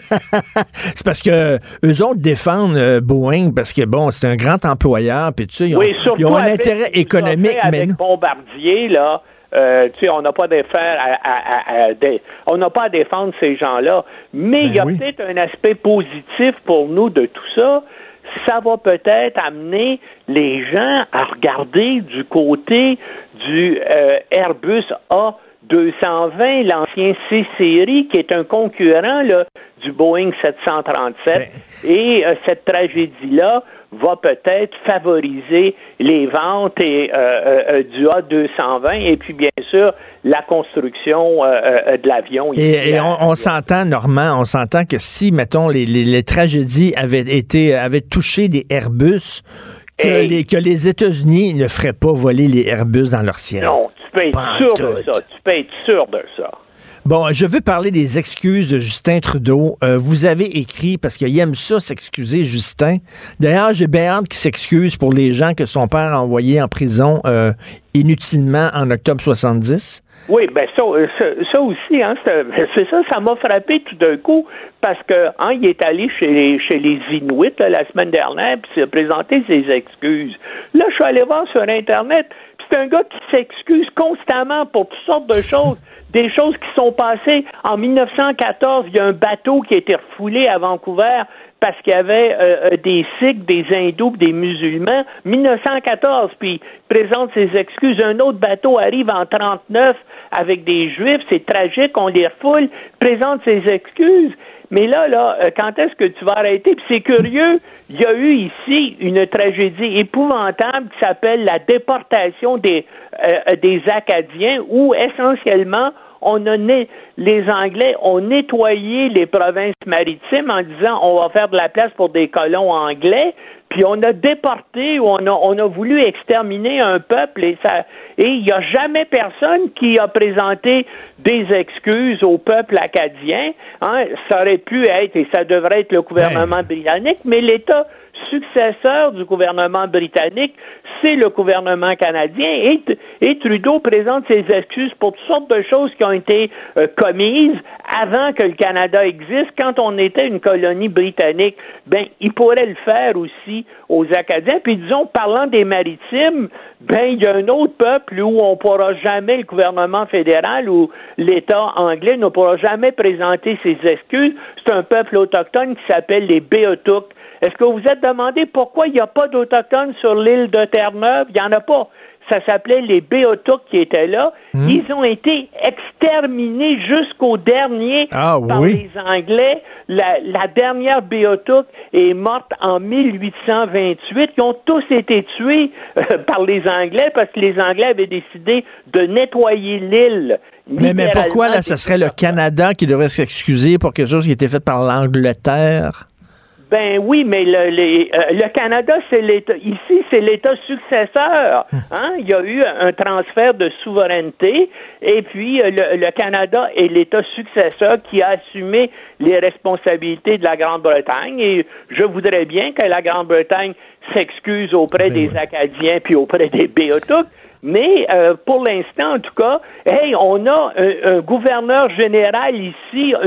C'est parce que eux autres défendent euh, Boeing parce que, bon, c'est un grand employeur, puis tu sais, ils ont, oui, ils ont un intérêt économique. Mais avec nous... Bombardier, là, euh, tu sais, on n'a pas d'affaire à, à, à, à dé... on n'a pas à défendre ces gens-là. Mais il ben y a oui. peut-être un aspect positif pour nous de tout ça. Ça va peut-être amener les gens à regarder du côté du euh, Airbus A deux cent vingt, l'ancien C-Série, qui est un concurrent là, du Boeing sept cent trente-sept. Ben... Et euh, cette tragédie-là va peut-être favoriser les ventes et, euh, euh, du A deux cent vingt et puis, bien sûr, la construction euh, euh, de l'avion. Et, et on, on s'entend, Normand, on s'entend que si, mettons, les, les, les tragédies avaient été avaient touché des Airbus, que, hey. les, que les États-Unis ne feraient pas voler les Airbus dans leur ciel. Non, tu peux être Pas sûr tout. de ça. Tu peux être sûr de ça. Bon, je veux parler des excuses de Justin Trudeau. Euh, vous avez écrit, parce qu'il aime ça s'excuser, Justin. D'ailleurs, j'ai bien hâte qu'il s'excuse pour les gens que son père a envoyés en prison euh, inutilement en octobre soixante-dix. Oui, ben ça, ça, ça aussi, hein, c'est, c'est ça, ça m'a frappé tout d'un coup, parce que hein, il est allé chez les, chez les Inuits là, la semaine dernière, puis il a présenté ses excuses. Là, je suis allé voir sur Internet, puis c'est un gars qui s'excuse constamment pour toutes sortes de choses. Des choses qui sont passées. En dix-neuf cent quatorze, il y a un bateau qui a été refoulé à Vancouver parce qu'il y avait euh, des Sikhs, des hindous, des musulmans. dix-neuf cent quatorze, puis il présente ses excuses. Un autre bateau arrive en trente-neuf avec des Juifs. C'est tragique, on les refoule. Présente ses excuses. Mais là, là, quand est-ce que tu vas arrêter? Puis c'est curieux, il y a eu ici une tragédie épouvantable qui s'appelle la déportation des, euh, des Acadiens, où essentiellement, on a né, les Anglais ont nettoyé les provinces maritimes en disant on va faire de la place pour des colons anglais, puis on a déporté ou on a, on a voulu exterminer un peuple et ça et il n'y a jamais personne qui a présenté des excuses au peuple acadien. Hein, ça aurait pu être, et ça devrait être le gouvernement ben. britannique, mais l'État successeur du gouvernement britannique, c'est le gouvernement canadien et, et Trudeau présente ses excuses pour toutes sortes de choses qui ont été euh, commises avant que le Canada existe, quand on était une colonie britannique. Ben, il pourrait le faire aussi aux Acadiens. Puis disons, parlant des maritimes, ben, il y a un autre peuple où on ne pourra jamais, le gouvernement fédéral ou l'État anglais ne pourra jamais présenter ses excuses. C'est un peuple autochtone qui s'appelle les Beothuk. Est-ce que vous vous êtes demandé pourquoi il n'y a pas d'Autochtones sur l'île de Terre-Neuve? Il n'y en a pas. Ça s'appelait les Beothuk qui étaient là. Mmh. Ils ont été exterminés jusqu'au dernier ah, par oui. les Anglais. La, la dernière Beothuk est morte en mille huit cent vingt-huit. Ils ont tous été tués euh, par les Anglais parce que les Anglais avaient décidé de nettoyer l'île. Mais, mais pourquoi, là, ce serait le Canada qui devrait s'excuser pour quelque chose qui a été fait par l'Angleterre? Ben oui, mais le, les, euh, le Canada, c'est l'État. Ici, c'est l'État successeur. Hein? Il y a eu un transfert de souveraineté, et puis euh, le, le Canada est l'État successeur qui a assumé les responsabilités de la Grande-Bretagne. Et je voudrais bien que la Grande-Bretagne s'excuse auprès ben des oui. Acadiens puis auprès des Beothuk. Mais euh, pour l'instant, en tout cas, hey, on a un, un gouverneur général ici, un,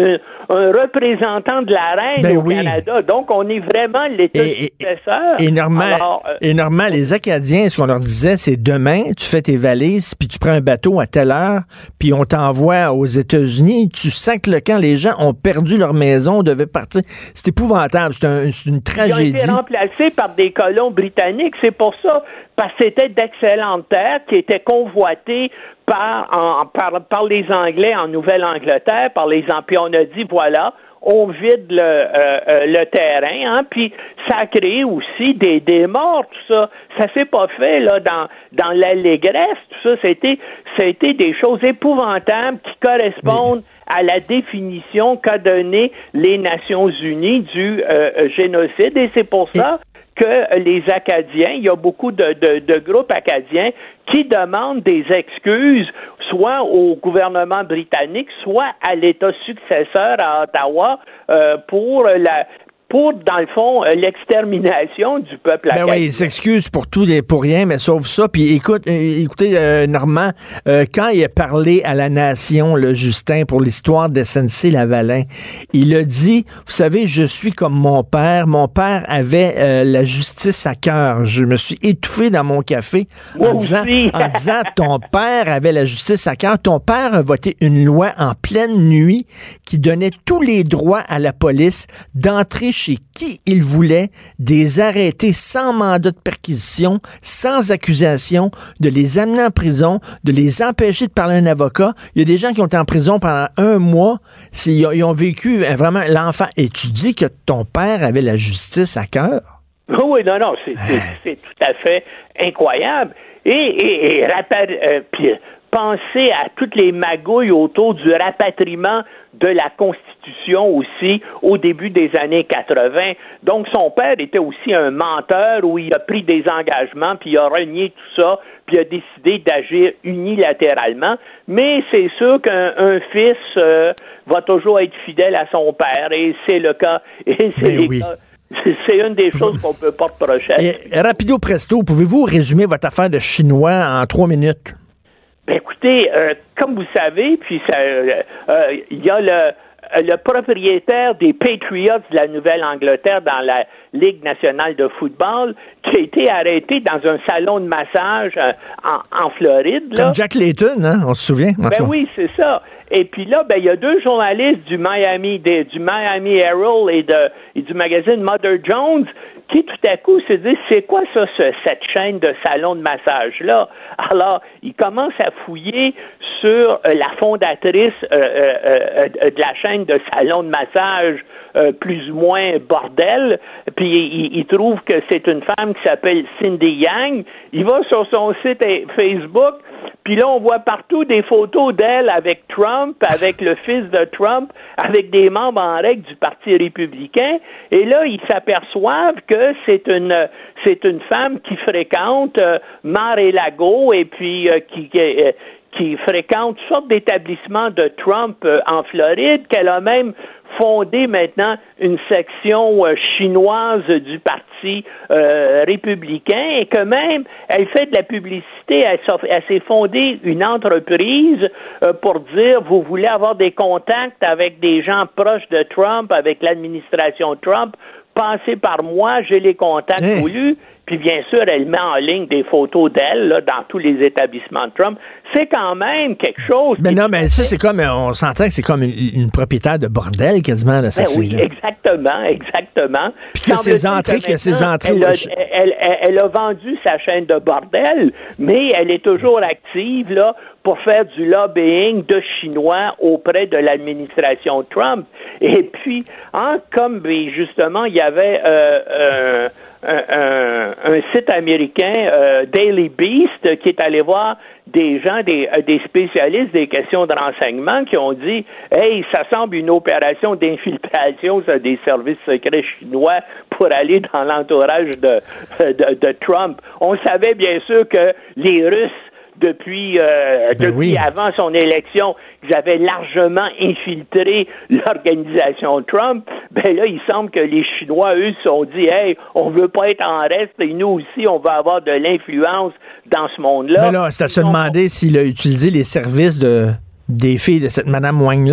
un représentant de la reine ben au oui. Canada. Donc, on est vraiment l'État et, successeur. Et, et, Normand, Alors, euh, et Normand, les Acadiens, ce qu'on leur disait, c'est demain, tu fais tes valises, puis tu prends un bateau à telle heure, puis on t'envoie aux États-Unis. Tu sens que le camp, les gens ont perdu leur maison, devaient partir. C'est épouvantable. C'est, un, c'est une tragédie. Ils ont été remplacés par des colons britanniques. C'est pour ça, parce que c'était d'excellentes terres qui étaient convoitées par, en, par, par les Anglais en Nouvelle-Angleterre, par les Puis on a dit, voilà, on vide le, euh, euh, le terrain, hein, puis ça a créé aussi des, des morts, tout ça. Ça s'est pas fait là dans, dans l'allégresse, tout ça. C'était, c'était des choses épouvantables qui correspondent à la définition qu'a donnée les Nations Unies du euh, génocide. Et c'est pour ça que les Acadiens, il y a beaucoup de, de, de groupes acadiens qui demandent des excuses, soit au gouvernement britannique, soit à l'État successeur à Ottawa, euh, pour la... pour, dans le fond, l'extermination du peuple acadien. Ben oui, il s'excuse pour tout et pour rien, mais sauf ça. Puis écoute, euh, écoutez, euh, Normand, euh, quand il a parlé à la nation, le Justin, pour l'histoire d'S N C-Lavalin, il a dit, vous savez, je suis comme mon père. Mon père avait euh, la justice à cœur. Je me suis étouffé dans mon café en disant, en disant, ton père avait la justice à cœur. Ton père a voté une loi en pleine nuit qui donnait tous les droits à la police d'entrer chez qui il voulait, des arrêter sans mandat de perquisition, sans accusation, de les amener en prison, de les empêcher de parler à un avocat. Il y a des gens qui ont été en prison pendant un mois. Ils ont, ils ont vécu vraiment l'enfant. Et tu dis que ton père avait la justice à cœur? Oui, non, non, c'est, c'est, c'est tout à fait incroyable. Et, et, et euh, puis, pensez à toutes les magouilles autour du rapatriement de la Constitution aussi au début des années quatre-vingt. Donc, son père était aussi un menteur où il a pris des engagements, puis il a renié tout ça, puis il a décidé d'agir unilatéralement. Mais c'est sûr qu'un un fils euh, va toujours être fidèle à son père, et c'est le cas. Et c'est ben oui. cas. C'est une des choses qu'on peut pas reprocher. Et, rapido presto, pouvez-vous résumer votre affaire de Chinois en trois minutes? Ben écoutez, euh, comme vous savez, puis ça, il euh, euh, y a le, le propriétaire des Patriots de la Nouvelle-Angleterre dans la Ligue nationale de football qui a été arrêté dans un salon de massage euh, en, en Floride. Là. Comme Jack Layton, hein? On se souvient? Ben oui, c'est ça. Et puis là, ben il y a deux journalistes du Miami, des, du Miami Herald et, de, et du magazine Mother Jones qui tout à coup se disent, c'est quoi ça, ce, cette chaîne de salon de massage-là? Alors, ils commencent à fouiller sur euh, la fondatrice euh, euh, euh, de la chaîne de salon de massage euh, plus ou moins bordel, puis ils, ils trouvent que c'est une femme qui s'appelle Cindy Yang. Il va sur son site Facebook, puis là, on voit partout des photos d'elle avec Trump, avec le fils de Trump, avec des membres en règle du Parti républicain. Et là, ils s'aperçoivent que c'est une c'est une femme qui fréquente euh, Mar-a-Lago et puis euh, qui euh, qui fréquente toutes sortes d'établissements de Trump euh, en Floride, qu'elle a même fondé maintenant une section euh, chinoise du Parti euh, républicain et que même elle fait de la publicité, elle, elle s'est fondée une entreprise euh, pour dire vous voulez avoir des contacts avec des gens proches de Trump, avec l'administration Trump, passez par moi, j'ai les contacts hey. voulus. Puis bien sûr, elle met en ligne des photos d'elle là, dans tous les établissements de Trump. C'est quand même quelque chose. Mais non, mais ça, c'est comme, on s'entend que c'est comme une, une propriétaire de bordel quasiment, là, cette ben fille-là. Oui, exactement, exactement. Puis que ses entrées, que ses entrées. Elle a, elle, elle, elle a vendu sa chaîne de bordel, mais elle est toujours active, là, pour faire du lobbying de Chinois auprès de l'administration Trump. Et puis, hein, comme justement, il y avait euh, euh, un, un, un site américain, euh, Daily Beast, qui est allé voir des gens, des, des spécialistes des questions de renseignement qui ont dit « Hey, ça semble une opération d'infiltration ça, des services secrets chinois pour aller dans l'entourage de, de, de Trump. » On savait bien sûr que les Russes depuis, euh, ben depuis oui. avant son élection, ils avaient largement infiltré l'organisation Trump. Ben là, il semble que les Chinois, eux, se sont dit, hey, on veut pas être en reste et nous aussi, on veut avoir de l'influence dans ce monde-là. Mais là, c'est à se demander s'il a utilisé les services de, des filles de cette Madame Wang-là.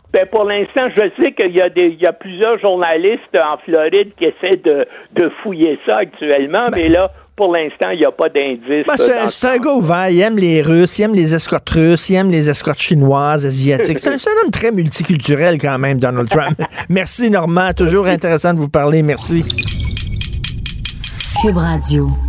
Ben pour l'instant, je sais qu'il y a des, il y a plusieurs journalistes en Floride qui essaient de, de fouiller ça actuellement, ben, mais là, pour l'instant, il n'y a pas d'indice. Ben, c'est, un, c'est un gars ouvert. Il aime les Russes, il aime les escortes russes, il aime les escortes chinoises, asiatiques. C'est un, c'est un homme très multiculturel quand même, Donald Trump. Merci, Normand. Toujours intéressant de vous parler. Merci. Cube Radio.